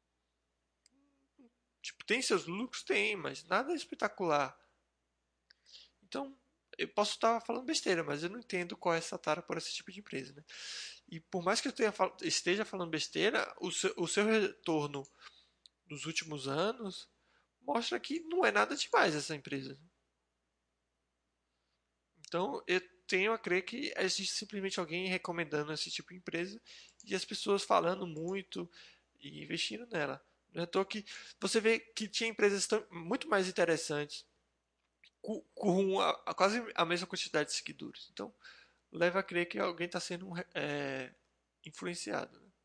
Tipo, tem seus lucros? Tem, mas nada espetacular. Então, eu posso estar falando besteira, mas eu não entendo qual é essa tara por esse tipo de empresa, né? E por mais que eu tenha, esteja falando besteira, o seu, o seu retorno nos últimos anos mostra que não é nada demais essa empresa. Então, eu tenho a crer que existe simplesmente alguém recomendando esse tipo de empresa e as pessoas falando muito e investindo nela. Não é à toa que você vê que tinha empresas tão, muito mais interessantes com, com a, a quase a mesma quantidade de seguidores. Então, leva a crer que alguém está sendo é, influenciado. Né?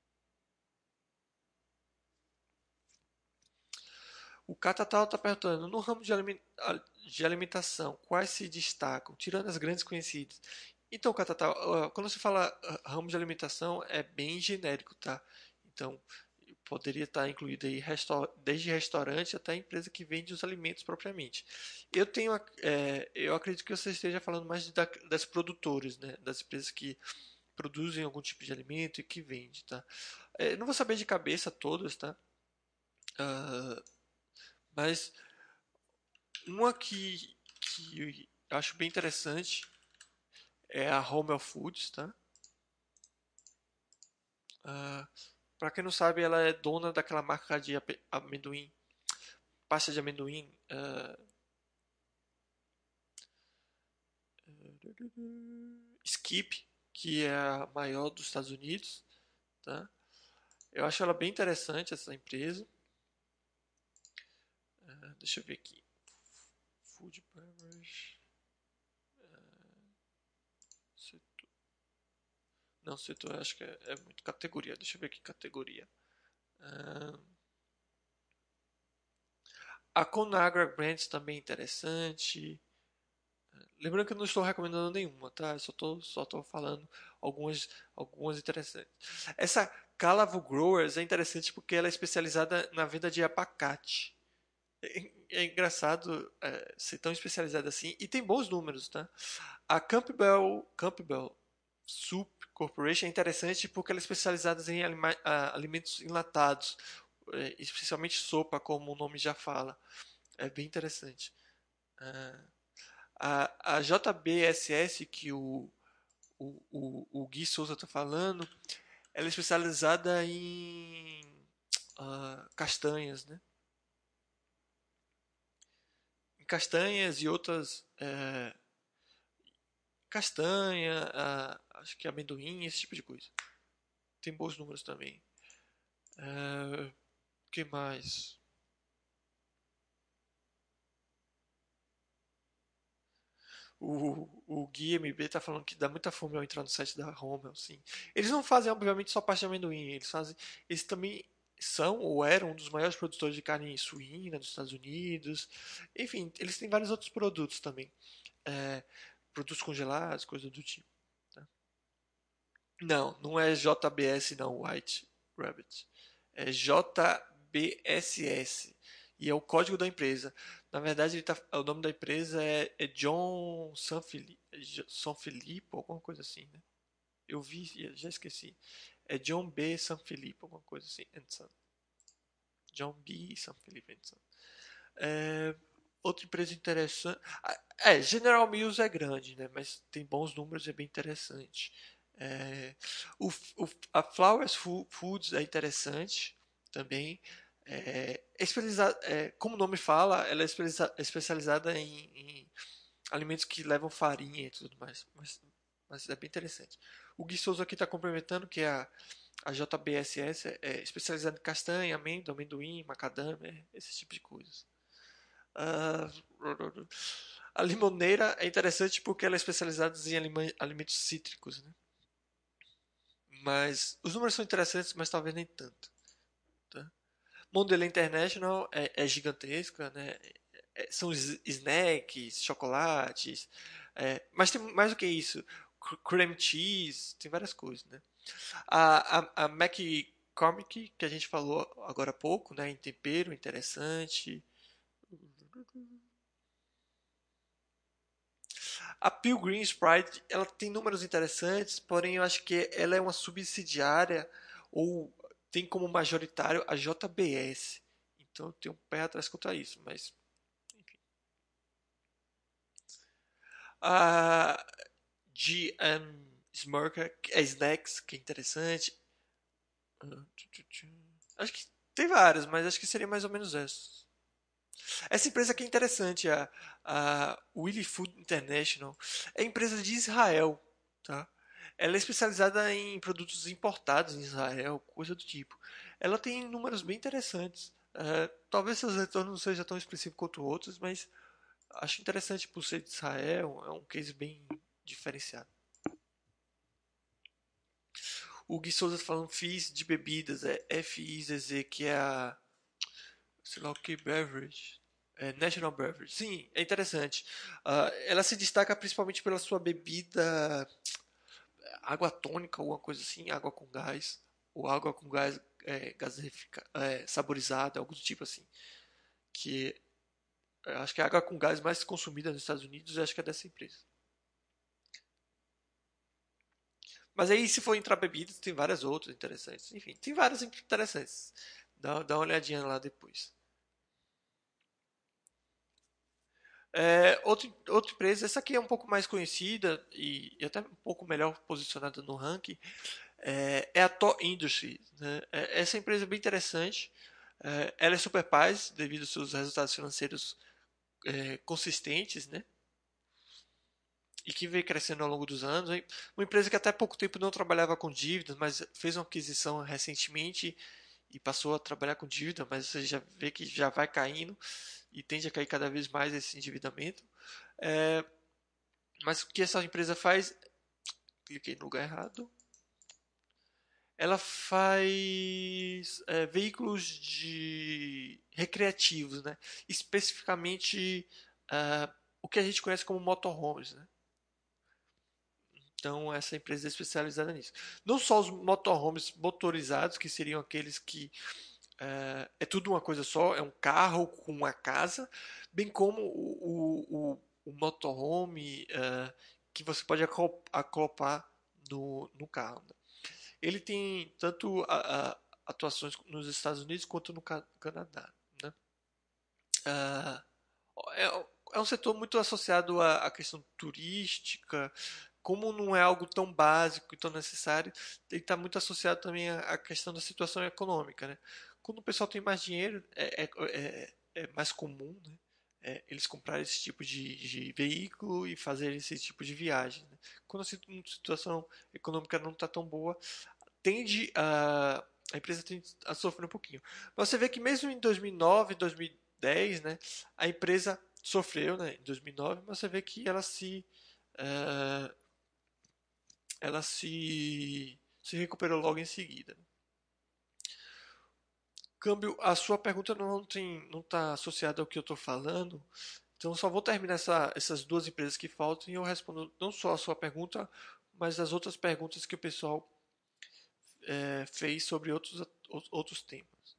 O Catatal está perguntando, no ramo de, aliment de alimentação, quais se destacam, tirando as grandes conhecidas? Então, Catatal, quando você fala ramo de alimentação, é bem genérico, tá? Então, poderia estar incluído aí desde restaurante até a empresa que vende os alimentos propriamente. Eu tenho, é, eu acredito que você esteja falando mais da, das produtores, né? Das empresas que produzem algum tipo de alimento e que vende, tá? É, não vou saber de cabeça todas, tá? Uh, mas uma que, que eu acho bem interessante é a Hormel Foods, tá? Uh, para quem não sabe, ela é dona daquela marca de amendoim, pasta de amendoim, uh, Skip, que é a maior dos Estados Unidos, tá? Eu acho ela bem interessante, essa empresa. Uh, deixa eu ver aqui. Food Beverage. Setor. Não, setor acho que é, é muito categoria. Deixa eu ver aqui categoria. Uh, a Conagra Brands também é interessante. Lembrando que eu não estou recomendando nenhuma, tá? Eu só estou só tô falando algumas, algumas interessantes. Essa Calavo Growers é interessante porque ela é especializada na venda de abacate. É, é engraçado é, ser tão especializada assim e tem bons números, tá? A Campbell, Campbell Soup Corporation é interessante porque ela é especializada em alima, alimentos enlatados, é, especialmente sopa, como o nome já fala. É bem interessante. Ah, A, a J B S S, que o, o, o, o Gui Souza está falando, ela é especializada em ah, castanhas, né? Em castanhas e outras. É, castanha, ah, acho que amendoim, esse tipo de coisa. Tem bons números também. O uh, que mais? O, o Gui M B tá falando que dá muita fome ao entrar no site da Home, assim. Eles não fazem, obviamente, só parte de amendoim. Eles fazem. Eles também são ou eram um dos maiores produtores de carne suína dos Estados Unidos. Enfim, eles têm vários outros produtos também. É, produtos congelados, coisa do tipo. Tá? Não, não é J B S não, White Rabbit. É J B S S. E é o código da empresa. Na verdade, ele tá, o nome da empresa é, é John Sanfilippo, Sanfilippo, alguma coisa assim, né? Eu vi, já esqueci. É John B. Sanfilippo, alguma coisa assim. And Son. John B. Sanfilippo and Son. É, outra empresa interessante. Ah, é, General Mills é grande, né? Mas tem bons números, é bem interessante. É, o, o, a Flowers Foods é interessante também. É, especializa, é, como o nome fala, ela é especializa, especializada em, em alimentos que levam farinha e tudo mais. Mas, mas é bem interessante. O Gui Souza aqui está complementando que a, a J B S S é, é especializada em castanha, amêndoa, amendoim, macadâmia, esse tipo de coisas. Ah, a limoneira é interessante porque ela é especializada em alimentos cítricos, né? Mas os números são interessantes, mas talvez nem tanto. Tá? Mondelez International é, é gigantesca, né? É, são snacks, chocolates, é, mas tem mais do que isso. Cream cheese, tem várias coisas, né? A, a, a McCormick, que a gente falou agora há pouco, né? Em tempero, interessante. A Pilgrim Sprite, ela tem números interessantes, porém eu acho que ela é uma subsidiária ou tem como majoritário a J B S. Então eu tenho um pé atrás contra isso, mas a G M Smirker, é Snacks, que é interessante. Acho que tem várias, mas acho que seria mais ou menos essa. Essa empresa aqui é interessante, a, a Willy Food International. É empresa de Israel, tá? Ela é especializada em produtos importados em Israel, coisa do tipo. Ela tem números bem interessantes. É, talvez seus retornos não sejam tão expressivos quanto outros, mas acho interessante por ser de Israel. É um case bem diferenciado. O Gui Souza falando F I Z de bebidas, é F I Z Z, que é a sei lá o que, Beverage. É, National Beverage. Sim, é interessante. Ah, ela se destaca principalmente pela sua bebida água tônica, alguma coisa assim, água com gás, ou água com gás, é, gaseifica- é, saborizada, algo do tipo assim. Que eu acho que é a água com gás mais consumida nos Estados Unidos, eu acho que é dessa empresa. Mas aí, se for entrar bebidas, tem várias outras interessantes. Enfim, tem várias interessantes. Dá, dá uma olhadinha lá depois. É, outra, outra empresa, essa aqui é um pouco mais conhecida e, e até um pouco melhor posicionada no ranking, é, é a Thor Industries. Né? É, essa empresa é bem interessante. É, ela é super paz devido aos seus resultados financeiros é, consistentes, né? E que vem crescendo ao longo dos anos. Hein? Uma empresa que até pouco tempo não trabalhava com dívidas, mas fez uma aquisição recentemente e passou a trabalhar com dívida, mas você já vê que já vai caindo e tende a cair cada vez mais esse endividamento. É, mas o que essa empresa faz? Cliquei no lugar errado. Ela faz é, veículos de recreativos, né? Especificamente uh, o que a gente conhece como motorhomes, né? Então essa empresa é especializada nisso. Não só os motorhomes motorizados, que seriam aqueles que uh, é tudo uma coisa só, é um carro com uma casa, bem como o, o, o, o motorhome uh, que você pode acoplar no, no carro. Né? Ele tem tanto a, a, atuações nos Estados Unidos quanto no Ca- Canadá. Né? Ah, é, é um setor muito associado à, à questão turística, como não é algo tão básico e tão necessário, ele está muito associado também à, à questão da situação econômica. Né? Quando o pessoal tem mais dinheiro, é, é, é, é mais comum, né? É, eles comprarem esse tipo de, de veículo e fazer esse tipo de viagem. Né? Quando a situação econômica não está tão boa, tende a a empresa tende a sofrer um pouquinho. Mas você vê que mesmo em dois mil e nove, dois mil e dez, né, a empresa sofreu, né, em dois mil e nove, mas você vê que ela se uh, ela se se recuperou logo em seguida. Câmbio, a sua pergunta não tem não está associada ao que eu estou falando, então só vou terminar essa, essas duas empresas que faltam e eu respondo não só a sua pergunta, mas as outras perguntas que o pessoal é, fez sobre outros outros temas.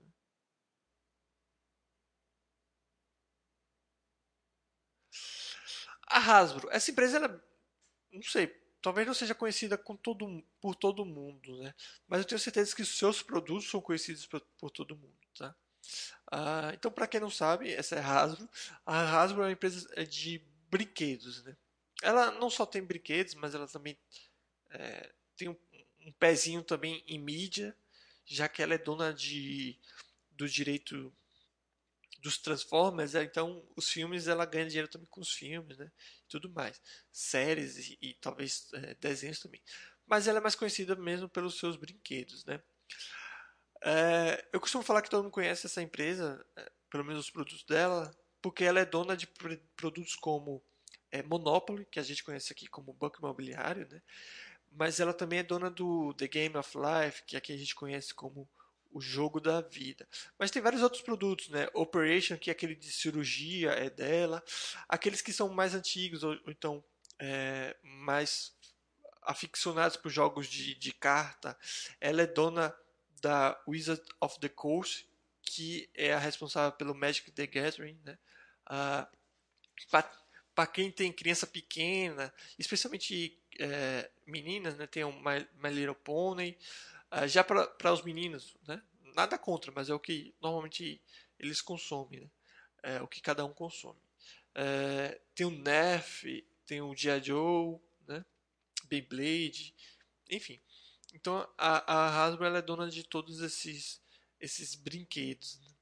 A Hasbro, essa empresa, ela, não sei, talvez não seja conhecida com todo, por todo mundo, né? Mas eu tenho certeza que os seus produtos são conhecidos por, por todo mundo, tá? Ah, então, para quem não sabe, essa é a Hasbro. A Hasbro é uma empresa é, de brinquedos, né? Ela não só tem brinquedos, mas ela também é, tem um, um pezinho também em mídia, já que ela é dona de, do direito dos Transformers, é, então os filmes ela ganha dinheiro também com os filmes, né? E tudo mais. Séries e, e talvez é, desenhos também. Mas ela é mais conhecida mesmo pelos seus brinquedos, né? É, eu costumo falar que todo mundo conhece essa empresa, é, pelo menos os produtos dela, porque ela é dona de pr- produtos como é, Monopoly, que a gente conhece aqui como Banco Imobiliário, né? Mas ela também é dona do The Game of Life, que aqui a gente conhece como o jogo da vida. Mas tem vários outros produtos, né? Operation, que é aquele de cirurgia, é dela. Aqueles que são mais antigos, ou, ou então é, mais aficionados por jogos de, de carta, ela é dona da Wizard of the Coast, que é a responsável pelo Magic the Gathering, né? Para quem tem criança pequena, especialmente é, meninas, né, tem o My, My Little Pony. Ah, já para os meninos, né, nada contra, mas é o que normalmente eles consomem, né, é o que cada um consome. É, tem o Nerf, tem o G I. Joe, né, Beyblade, enfim. Então a, a Hasbro ela é dona de todos esses, esses brinquedos. Né?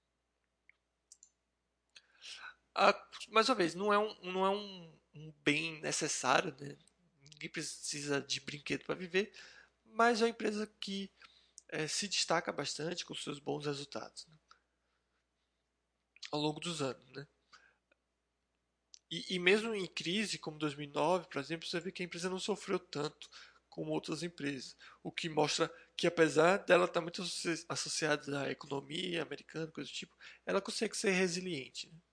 Ah, mais uma vez, não é um, não é um, um bem necessário, né? Ninguém precisa de brinquedo para viver, mas é uma empresa que é, se destaca bastante com seus bons resultados, né? Ao longo dos anos. Né? E, e mesmo em crise, como dois mil e nove, por exemplo, você vê que a empresa não sofreu tanto como outras empresas, o que mostra que apesar dela estar muito associada à economia americana, coisa do tipo, ela consegue ser resiliente. Né?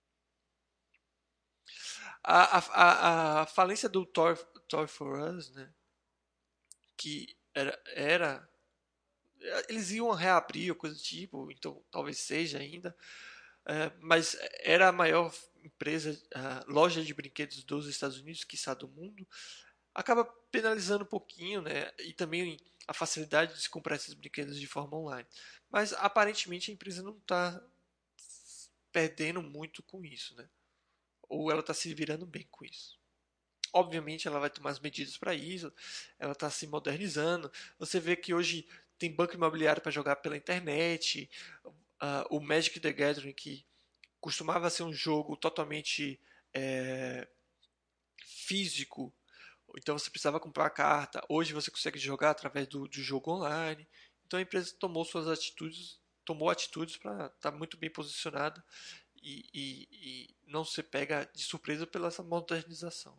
A, a, a, a falência do Toy, Toy for Us, né, que era, era eles iam reabrir ou coisa do tipo, então talvez seja ainda, é, mas era a maior empresa, a loja de brinquedos dos Estados Unidos, quiçá do mundo, acaba penalizando um pouquinho, né? E também a facilidade de se comprar esses brinquedos de forma online. Mas aparentemente a empresa não está perdendo muito com isso, né? Ou ela está se virando bem com isso. Obviamente ela vai tomar as medidas para isso, ela está se modernizando. Você vê que hoje tem banco imobiliário para jogar pela internet, uh, o Magic the Gathering, que costumava ser um jogo totalmente é, físico, então você precisava comprar a carta. Hoje você consegue jogar através do, do jogo online. Então a empresa tomou suas atitudes, tomou atitudes para estar tá muito bem posicionada e, e, e não se pega de surpresa pela essa modernização.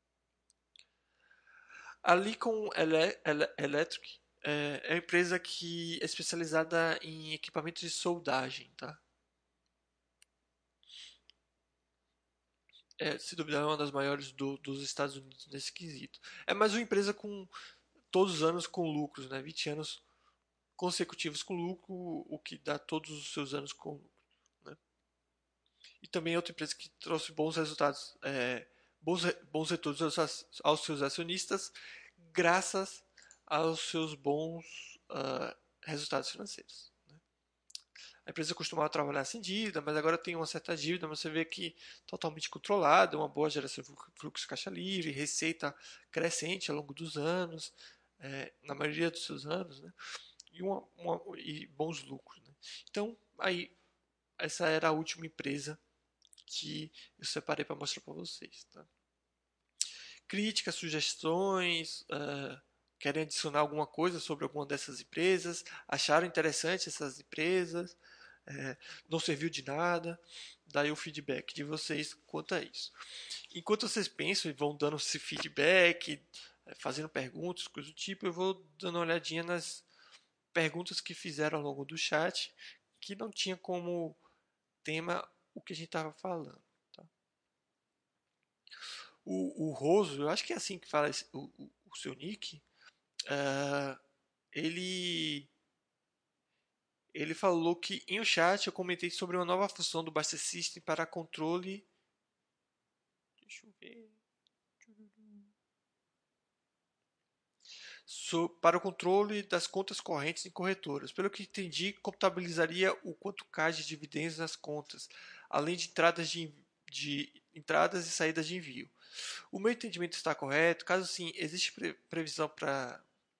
A Lincoln Ele Ele Electric é, é uma empresa que é especializada em equipamentos de soldagem, tá? É, se duvidar, é uma das maiores do, dos Estados Unidos nesse quesito. É mais uma empresa com todos os anos com lucros, né? vinte anos consecutivos com lucro, o que dá todos os seus anos com lucro. Né? E também é outra empresa que trouxe bons resultados, é, bons, bons retornos aos, aos seus acionistas, graças aos seus bons uh, resultados financeiros. Né? A empresa costumava trabalhar sem dívida, mas agora tem uma certa dívida, mas você vê que totalmente controlada, uma boa geração de fluxo de caixa livre, receita crescente ao longo dos anos, é, na maioria dos seus anos, né? e, uma, uma, e bons lucros. Né? Então, aí, essa era a última empresa que eu separei para mostrar para vocês. Tá? Críticas, sugestões, uh, querem adicionar alguma coisa sobre alguma dessas empresas, acharam interessante essas empresas, é, não serviu de nada, daí o feedback de vocês quanto a isso. Enquanto vocês pensam e vão dando esse feedback, fazendo perguntas, coisa do tipo, eu vou dando uma olhadinha nas perguntas que fizeram ao longo do chat, que não tinha como tema o que a gente estava falando. Tá? O, o Roso, eu acho que é assim que fala esse, o, o, o seu nick, uh, ele ele falou que em um chat eu comentei sobre uma nova função do Buster System para controle. Deixa eu ver. So, para o controle das contas correntes em corretoras. Pelo que entendi, contabilizaria o quanto cai de dividendos nas contas, além de entradas, de, de entradas e saídas de envio. O meu entendimento está correto? Caso sim, existe pre previsão para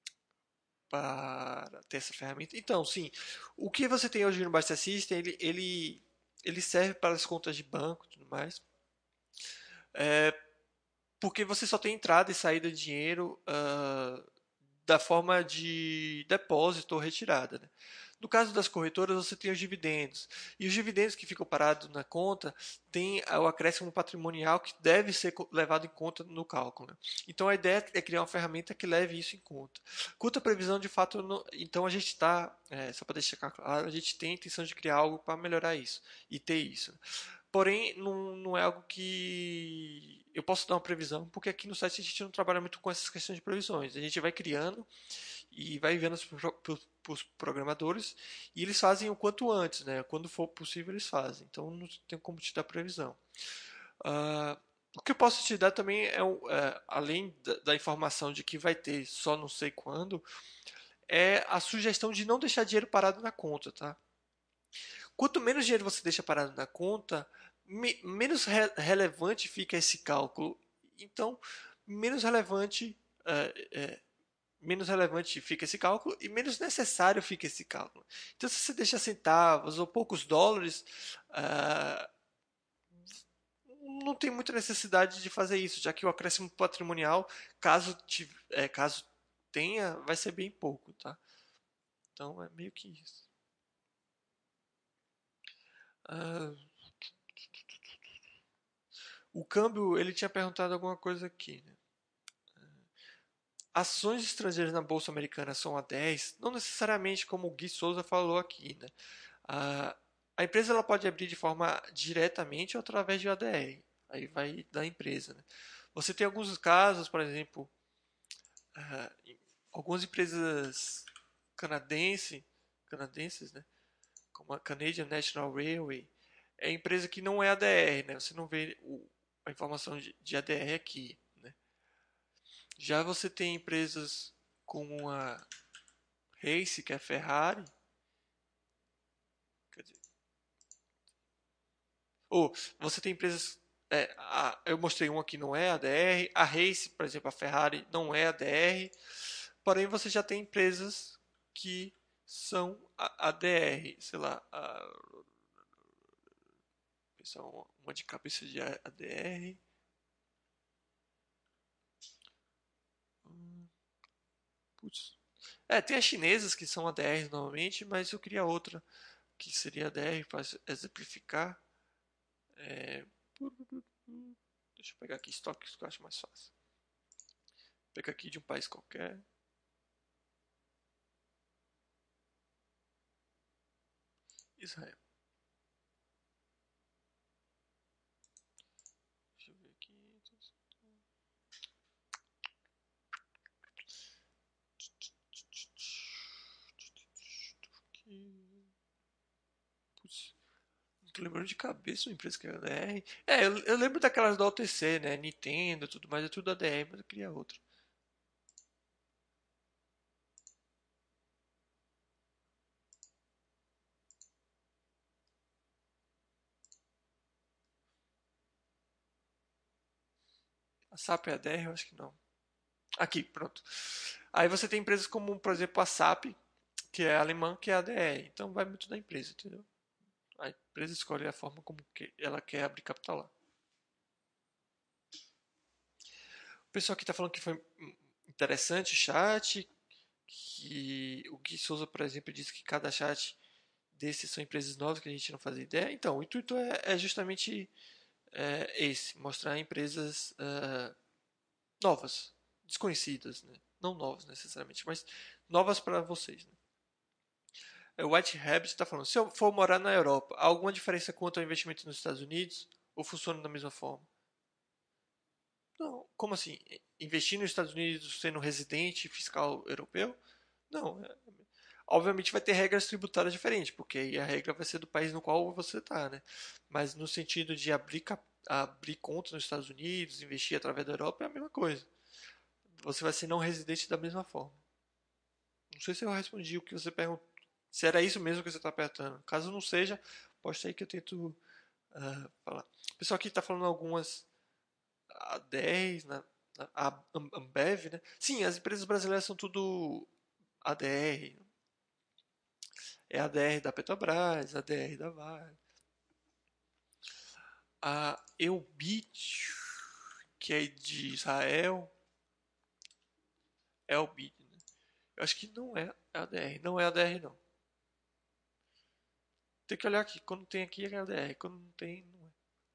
para ter essa ferramenta? Então, sim. O que você tem hoje no Buster System, ele, ele, ele serve para as contas de banco e tudo mais. É, porque você só tem entrada e saída de dinheiro uh, da forma de depósito ou retirada. Né? No caso das corretoras, você tem os dividendos. E os dividendos que ficam parados na conta tem o acréscimo patrimonial que deve ser levado em conta no cálculo. Né? Então a ideia é criar uma ferramenta que leve isso em conta. Quanto à previsão, de fato, não, então a gente está, é, só para deixar claro, a gente tem a intenção de criar algo para melhorar isso e ter isso. Né? Porém, não, não é algo que eu posso dar uma previsão, porque aqui no site a gente não trabalha muito com essas questões de previsões. A gente vai criando e vai enviando para os programadores e eles fazem o quanto antes, né? Quando for possível eles fazem. Então não tem como te dar previsão. Uh, o que eu posso te dar também é, é além da, da informação de que vai ter só não sei quando, é a sugestão de não deixar dinheiro parado na conta, tá? Quanto menos dinheiro você deixa parado na conta, me, menos re, relevante fica esse cálculo. Então, menos relevante, é, é, menos relevante fica esse cálculo e menos necessário fica esse cálculo. Então, se você deixa centavos ou poucos dólares, uh, não tem muita necessidade de fazer isso, já que o acréscimo patrimonial, caso, te, é, caso tenha, vai ser bem pouco, tá? Então, é meio que isso. Uh, o câmbio, ele tinha perguntado alguma coisa aqui, né? Ações estrangeiras na Bolsa Americana são a dez, não necessariamente como o Gui Souza falou aqui, né? A, a empresa ela pode abrir de forma diretamente ou através de A D R. Aí vai da empresa, né? Você tem alguns casos, por exemplo, uh, algumas empresas canadense, canadenses, né? Como a Canadian National Railway, é empresa que não é A D R, né? Você não vê o, a informação de, de A D R aqui, né? Já você tem empresas como a Race, que é a Ferrari, quer dizer, ou você tem empresas, é, a, eu mostrei uma que não é A D R, a Race, por exemplo, a Ferrari não é A D R, porém você já tem empresas que são A D R, sei lá, a, uma de cabeça de A D R. Hum, putz. É, tem as chinesas que são A D Rs normalmente, mas eu queria outra que seria A D R para exemplificar. É... Deixa eu pegar aqui estoques que eu acho mais fácil. Vou pegar aqui de um país qualquer. Israel. Deixa eu ver aqui. Putz, não tô lembrando de cabeça uma empresa que é A D R. É, eu, eu lembro daquelas da O T C, né? Nintendo, tudo mais, é tudo A D R, mas eu queria outra. A SAP é A D R? Eu acho que não. Aqui, pronto. Aí você tem empresas como, por exemplo, a SAP, que é alemã, que é A D R. Então vai muito da empresa, entendeu? A empresa escolhe a forma como que ela quer abrir capital lá. O pessoal aqui está falando que foi interessante o chat, que o Gui Souza, por exemplo, disse que cada chat desses são empresas novas que a gente não fazia ideia. Então, o intuito é, é justamente é, esse, mostrar empresas uh, novas, desconhecidas, né? Não novas necessariamente, mas novas para vocês. Né? O White Rabbit está falando, se eu for morar na Europa, há alguma diferença quanto ao investimento nos Estados Unidos? Ou funciona da mesma forma? Não, como assim? Investir nos Estados Unidos sendo residente fiscal europeu? Não. É, obviamente vai ter regras tributárias diferentes, porque aí a regra vai ser do país no qual você está, né? Mas no sentido de abrir, abrir conta nos Estados Unidos, investir através da Europa, é a mesma coisa. Você vai ser não residente da mesma forma. Não sei se eu respondi o que você perguntou. Se era isso mesmo que você está apertando. Caso não seja, posta aí que eu tento uh, falar. O pessoal aqui está falando algumas A dez, na, na, a Ambev, né? Sim, as empresas brasileiras são tudo A D R. É a ADR da Petrobras, a ADR da Vale. A Elbit, que é de Israel, Elbit, né? Eu acho que não é A D R, não é A D R não. Tem que olhar aqui, quando tem aqui é A D R, quando não tem, não é.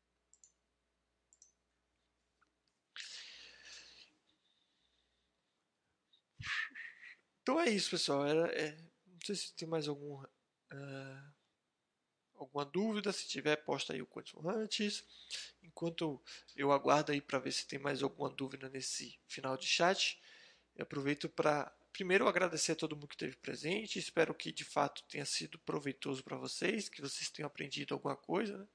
Então é isso, pessoal. Era, é, não sei se tem mais algum, uh, alguma dúvida. Se tiver, posta aí o quanto antes. Enquanto eu aguardo aí para ver se tem mais alguma dúvida nesse final de chat, eu aproveito para primeiro agradecer a todo mundo que esteve presente. Espero que de fato tenha sido proveitoso para vocês, que vocês tenham aprendido alguma coisa, né?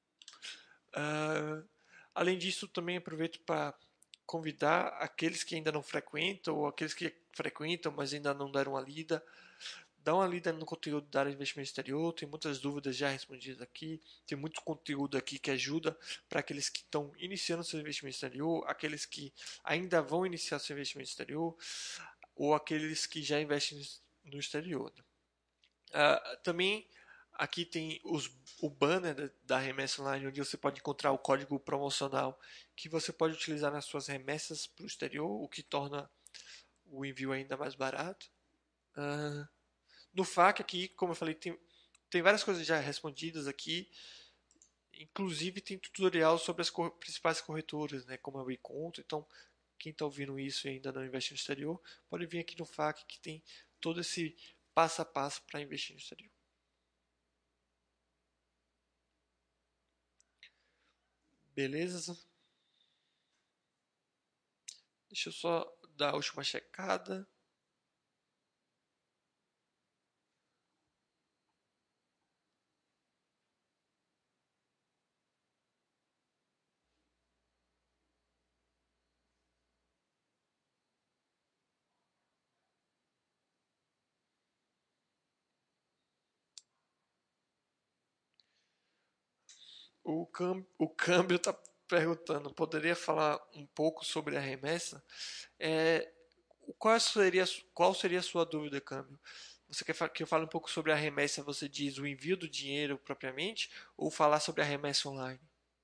Ah, além disso, também aproveito para convidar aqueles que ainda não frequentam ou aqueles que frequentam, mas ainda não deram uma lida. Dá uma lida no conteúdo da área de investimento exterior, tem muitas dúvidas já respondidas aqui, tem muito conteúdo aqui que ajuda para aqueles que estão iniciando seu investimento exterior, aqueles que ainda vão iniciar seu investimento exterior, ou aqueles que já investem no exterior. Né? Uh, também aqui tem os, o banner da, da remessa online, onde você pode encontrar o código promocional que você pode utilizar nas suas remessas para o exterior, o que torna o envio ainda mais barato. Uh, no F A Q aqui, como eu falei, tem, tem várias coisas já respondidas aqui. Inclusive tem tutorial sobre as cor principais corretoras, né, como a Reconto. Então, quem está ouvindo isso e ainda não investe no exterior, pode vir aqui no F A Q que tem todo esse passo a passo para investir no exterior. Beleza? Deixa eu só dar a última checada. O, câmbio, o câmbio está perguntando, poderia falar um pouco sobre a remessa? É, qual seria, qual seria a sua dúvida, câmbio? Você quer que eu fale um pouco sobre a remessa, você diz o envio do dinheiro propriamente, ou falar sobre a remessa online?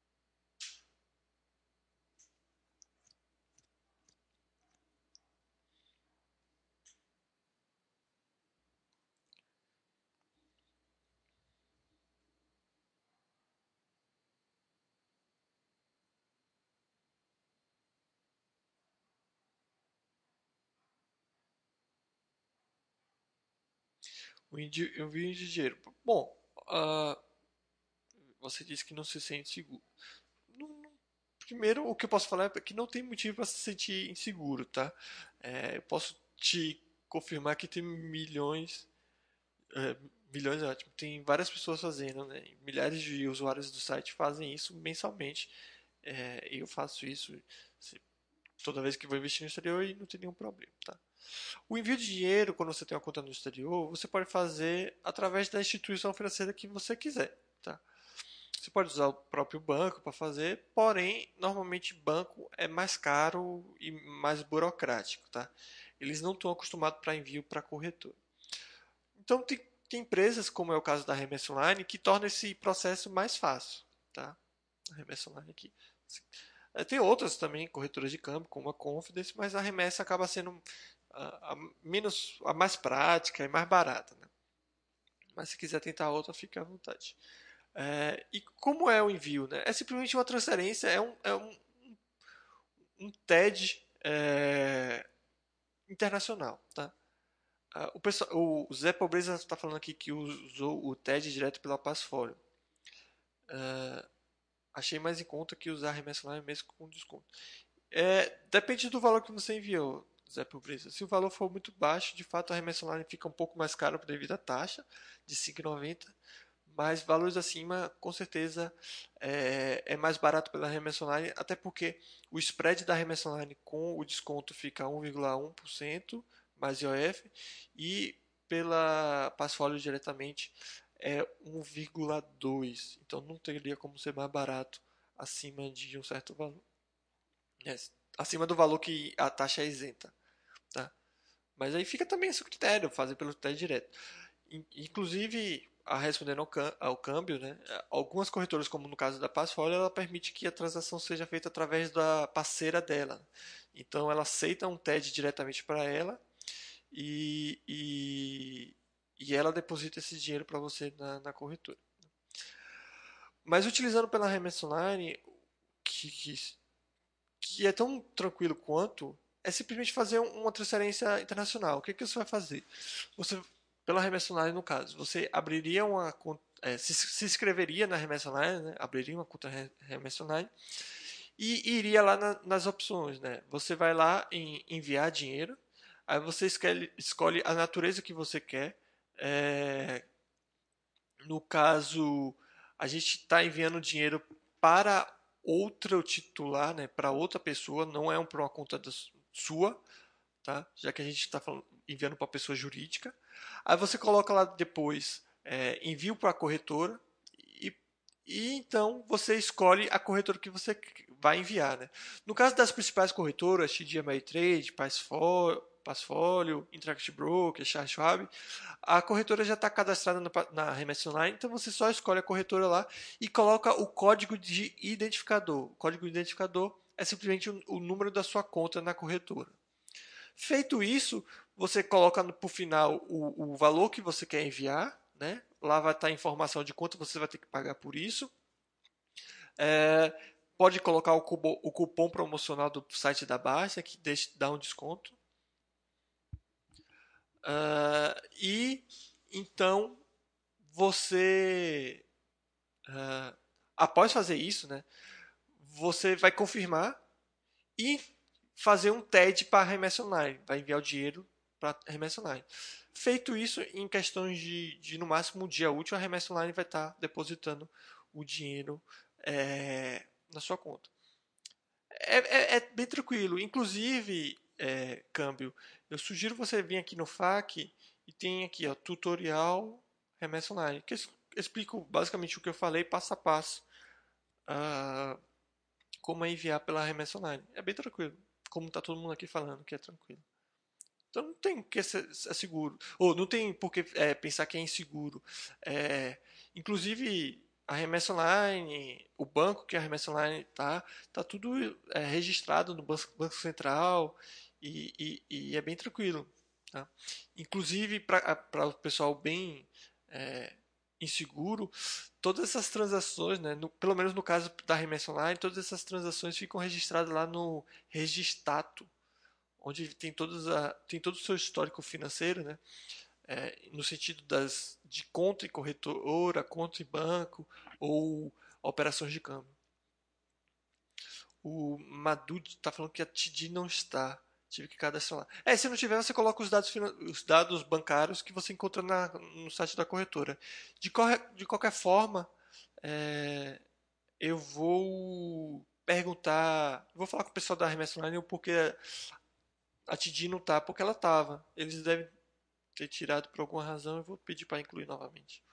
O envio, envio de dinheiro. Bom, uh, você disse que não se sente seguro. Não, não, primeiro, o que eu posso falar é que não tem motivo para se sentir inseguro, tá? É, eu posso te confirmar que tem milhões, é, milhões é ótimo, tem várias pessoas fazendo, né? Milhares de usuários do site fazem isso mensalmente. É, eu faço isso toda vez que vou investir no exterior e não tem nenhum problema, tá? O envio de dinheiro, quando você tem uma conta no exterior, você pode fazer através da instituição financeira que você quiser, tá? Você pode usar o próprio banco para fazer, porém, normalmente banco é mais caro e mais burocrático, tá? Eles não estão acostumados para envio para corretor. Então, tem, tem empresas, como é o caso da Remessa Online, que tornam esse processo mais fácil, tá? A Remessa Online aqui. É, tem outras também, corretoras de câmbio, como a Confidence, mas a remessa acaba sendo a, a menos, a mais prática e mais barata, né? Mas se quiser tentar outra, fique à vontade. É, e como é o envio? Né? É simplesmente uma transferência, é um, é um, um T E D é, internacional. Tá? Ah, o, pessoal, o Zé Pobreza está falando aqui que usou o T E D direto pela Passfolio. É, achei mais em conta que usar a remessa lá mesmo com desconto. É, depende do valor que você enviou, Zé Pobreza. Se o valor for muito baixo, de fato a remessa online fica um pouco mais caro devido à taxa de cinco e noventa. Mas valores acima, com certeza, é, é mais barato pela remessa online, até porque o spread da remessa online com o desconto fica um vírgula um por cento mais I O F e pela Passfolio diretamente é um vírgula dois por cento. Então não teria como ser mais barato acima de um certo valor. É, acima do valor que a taxa é isenta. Tá? Mas aí fica também a seu critério, fazer pelo T E D direto. Inclusive, a respondendo ao, ao câmbio, né, algumas corretoras, como no caso da Passfolio, ela permite que a transação seja feita através da parceira dela. Então, ela aceita um T E D diretamente para ela e, e, e ela deposita esse dinheiro para você na, na corretora. Mas utilizando pela Remessa Online, que, que, que é tão tranquilo quanto, é simplesmente fazer uma transferência internacional. O que, que você vai fazer? Você, pela remessa online, no caso, você abriria uma conta, é, se, se inscreveria na remessa online, né? Abriria uma conta remessa online e iria lá na, nas opções, né? Você vai lá em enviar dinheiro, Aí você escolhe, escolhe a natureza que você quer. É, no caso, a gente está enviando dinheiro para outro titular, né, para outra pessoa, não é um, para uma conta da sua, tá? Já que a gente está enviando para pessoa jurídica. Aí você coloca lá depois é, envio para a corretora e, e então você escolhe a corretora que você vai enviar, né? No caso das principais corretoras, T D Ameritrade, Passfolio, Passfolio, Interactive Broker, Charles Schwab, a corretora já está cadastrada na, na Remessa Online, então você só escolhe a corretora lá e coloca o código de identificador. O código de identificador é simplesmente o, o número da sua conta na corretora. Feito isso, você coloca por final o, o valor que você quer enviar, né? Lá vai estar a informação de quanto você vai ter que pagar por isso. É, pode colocar o cupom, o cupom promocional do site da Baixa, que deixa, dá um desconto. Uh, e então você, uh, após fazer isso, né, você vai confirmar e fazer um T E D para a Remessa Online. Vai enviar o dinheiro para a Remessa Online. Feito isso, em questões de, de no máximo um dia útil, a Remessa Online vai estar depositando o dinheiro é, na sua conta. É, é, é bem tranquilo. Inclusive, é, câmbio, eu sugiro você vir aqui no F A Q e tem aqui, ó, tutorial Remessa Online, que eu explico basicamente o que eu falei, passo a passo, uh, como é enviar pela Remessa Online. É bem tranquilo, como está todo mundo aqui falando que é tranquilo. Então não tem que ser é seguro. Ou não tem por que é, pensar que é inseguro. É, inclusive, a remessa online, o banco que a remessa online tá, tá tudo é, registrado no Banco, banco Central e, e, e, é bem tranquilo. Tá? Inclusive, para o pessoal bem é, inseguro, todas essas transações, né, no, pelo menos no caso da remessa online, todas essas transações ficam registradas lá no Registato, onde tem, todos a, tem todo o seu histórico financeiro, né? É, no sentido das, de conta em corretora, conta em banco ou operações de câmbio. O Madud está falando que a T D não está. Tive que cadastrar lá. É, se não tiver, você coloca os dados, os dados bancários que você encontra na, no site da corretora. De, corre, de qualquer forma, é, eu vou perguntar. Vou falar com o pessoal da Remessa Online porque a T D não tá, porque ela tava. Eles devem ter tirado por alguma razão. Eu vou pedir para incluir novamente.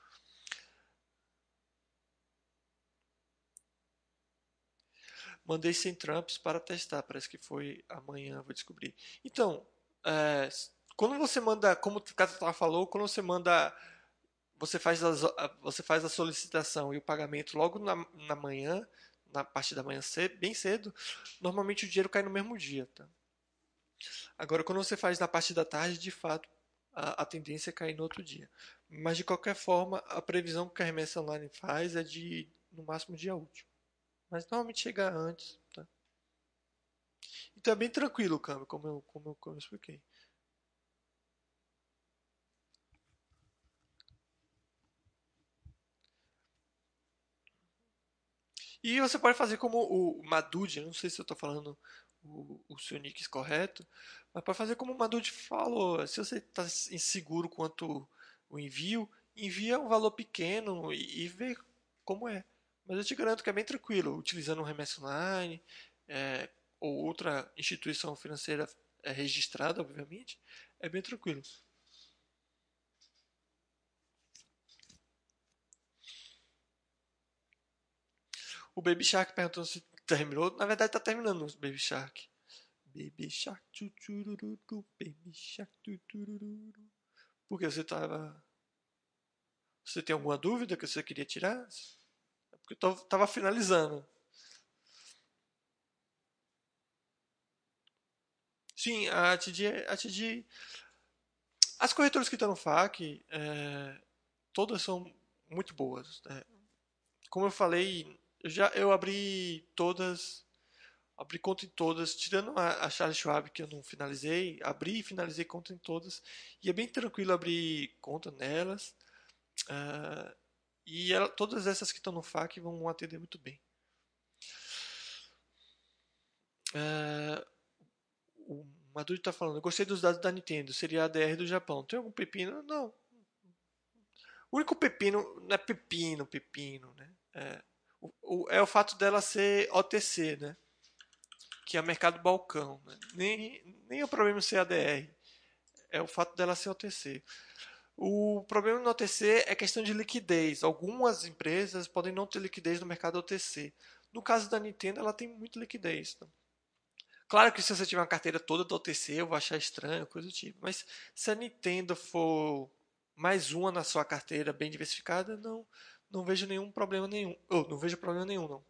Mandei sem Trumps para testar. Parece que foi amanhã, vou descobrir. Então, é, quando você manda, como o Catatá falou, quando você manda, você faz, as, você faz a solicitação e o pagamento logo na, na manhã, na parte da manhã cedo, bem cedo, normalmente o dinheiro cai no mesmo dia, tá? Agora, quando você faz na parte da tarde, de fato, a, a tendência é cair no outro dia. Mas, de qualquer forma, a previsão que a remessa online faz é de, no máximo, dia útil. Mas, normalmente, chega antes, tá? Então, é bem tranquilo o câmbio, como eu, como eu, como eu expliquei. E você pode fazer como o Madud, não sei se eu estou falando o, o seu nick correto, mas pode fazer como o Madud falou. Se você está inseguro quanto o envio, envia um valor pequeno e, e vê como é. Mas eu te garanto que é bem tranquilo, utilizando um remessa online é, ou outra instituição financeira é, registrada, obviamente, é bem tranquilo. O Baby Shark perguntou se terminou. Na verdade, está terminando o Baby Shark. Baby Shark, tchururu, Baby Shark, tchururu. Por que você tava. Você tem alguma dúvida que você queria tirar? É porque eu tava finalizando. Sim, a T D, a T D, as corretoras que estão no F A Q, é, todas são muito boas. Né? Como eu falei, eu já eu abri todas, abri conta em todas, tirando a, a Charles Schwab que eu não finalizei, abri e finalizei conta em todas e é bem tranquilo abrir conta nelas. Ah, e ela- todas essas que estão no F A Q vão atender muito bem. Ah, o Maduro está falando, gostei dos dados da Nintendo, seria a D R do Japão. Tem algum pepino? Não. O único pepino, não é pepino, pepino, né? É o, o, é o fato dela ser O T C, né? Que é mercado balcão. Né? Nem, nem o problema ser A D R. É o fato dela ser O T C. O problema no O T C é questão de liquidez. Algumas empresas podem não ter liquidez no mercado O T C. No caso da Nintendo, ela tem muita liquidez. Tá? Claro que se você tiver uma carteira toda do O T C, eu vou achar estranho, coisa do tipo. Mas se a Nintendo for mais uma na sua carteira bem diversificada, não, não vejo nenhum problema nenhum. Oh, não vejo problema nenhum, não.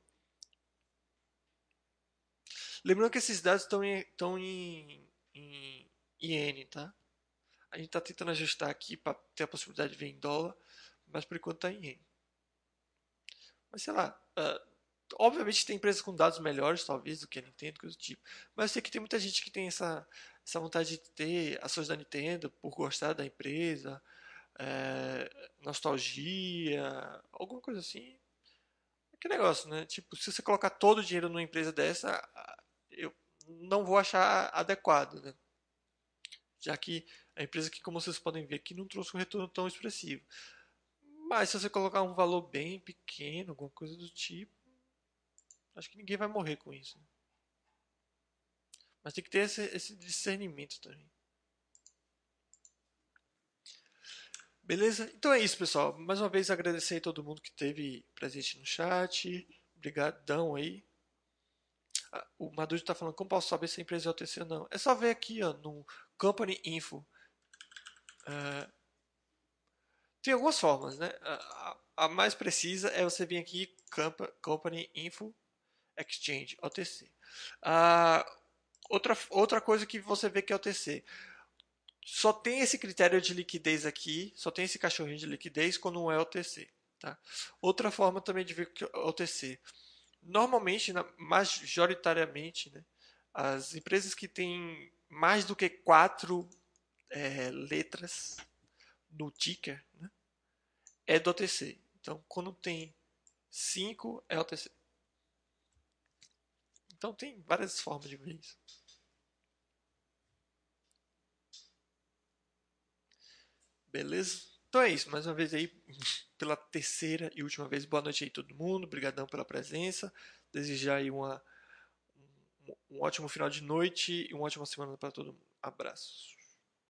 Lembrando que esses dados estão em, estão em, em iene, tá? A gente está tentando ajustar aqui para ter a possibilidade de ver em dólar, mas por enquanto está em iene. Mas sei lá, uh, obviamente tem empresas com dados melhores, talvez, do que a Nintendo, coisa do tipo. Mas eu sei que tem muita gente que tem essa, essa vontade de ter ações da Nintendo por gostar da empresa, é, nostalgia, alguma coisa assim. Que negócio, né? Tipo, se você colocar todo o dinheiro numa empresa dessa, eu não vou achar adequado, né? Já que a empresa que, como vocês podem ver, aqui não trouxe um retorno tão expressivo. Mas se você colocar um valor bem pequeno, alguma coisa do tipo, acho que ninguém vai morrer com isso. Né? Mas tem que ter esse, esse discernimento também. Beleza? Então é isso, pessoal. Mais uma vez agradecer a todo mundo que esteve presente no chat. Obrigadão aí. Ah, o Maduro está falando, como posso saber se a empresa é O T C ou não? É só ver aqui ó, no Company Info. Uh, tem algumas formas, né? A, a, mais precisa é você vir aqui, Company Info Exchange, O T C. Uh, outra, outra coisa que você vê que é O T C. Só tem esse critério de liquidez aqui, só tem esse cachorrinho de liquidez quando não é O T C. Tá? Outra forma também de ver que é O T C. Normalmente, majoritariamente, né, as empresas que têm mais do que quatro é, letras no ticker, né, é do O T C. Então, quando tem cinco, é O T C. Então, tem várias formas de ver isso. Beleza? Então é isso. Mais uma vez aí, pela terceira e última vez, boa noite aí todo mundo. Obrigadão pela presença. Desejar aí uma, um, um ótimo final de noite e uma ótima semana para todo mundo. Abraços.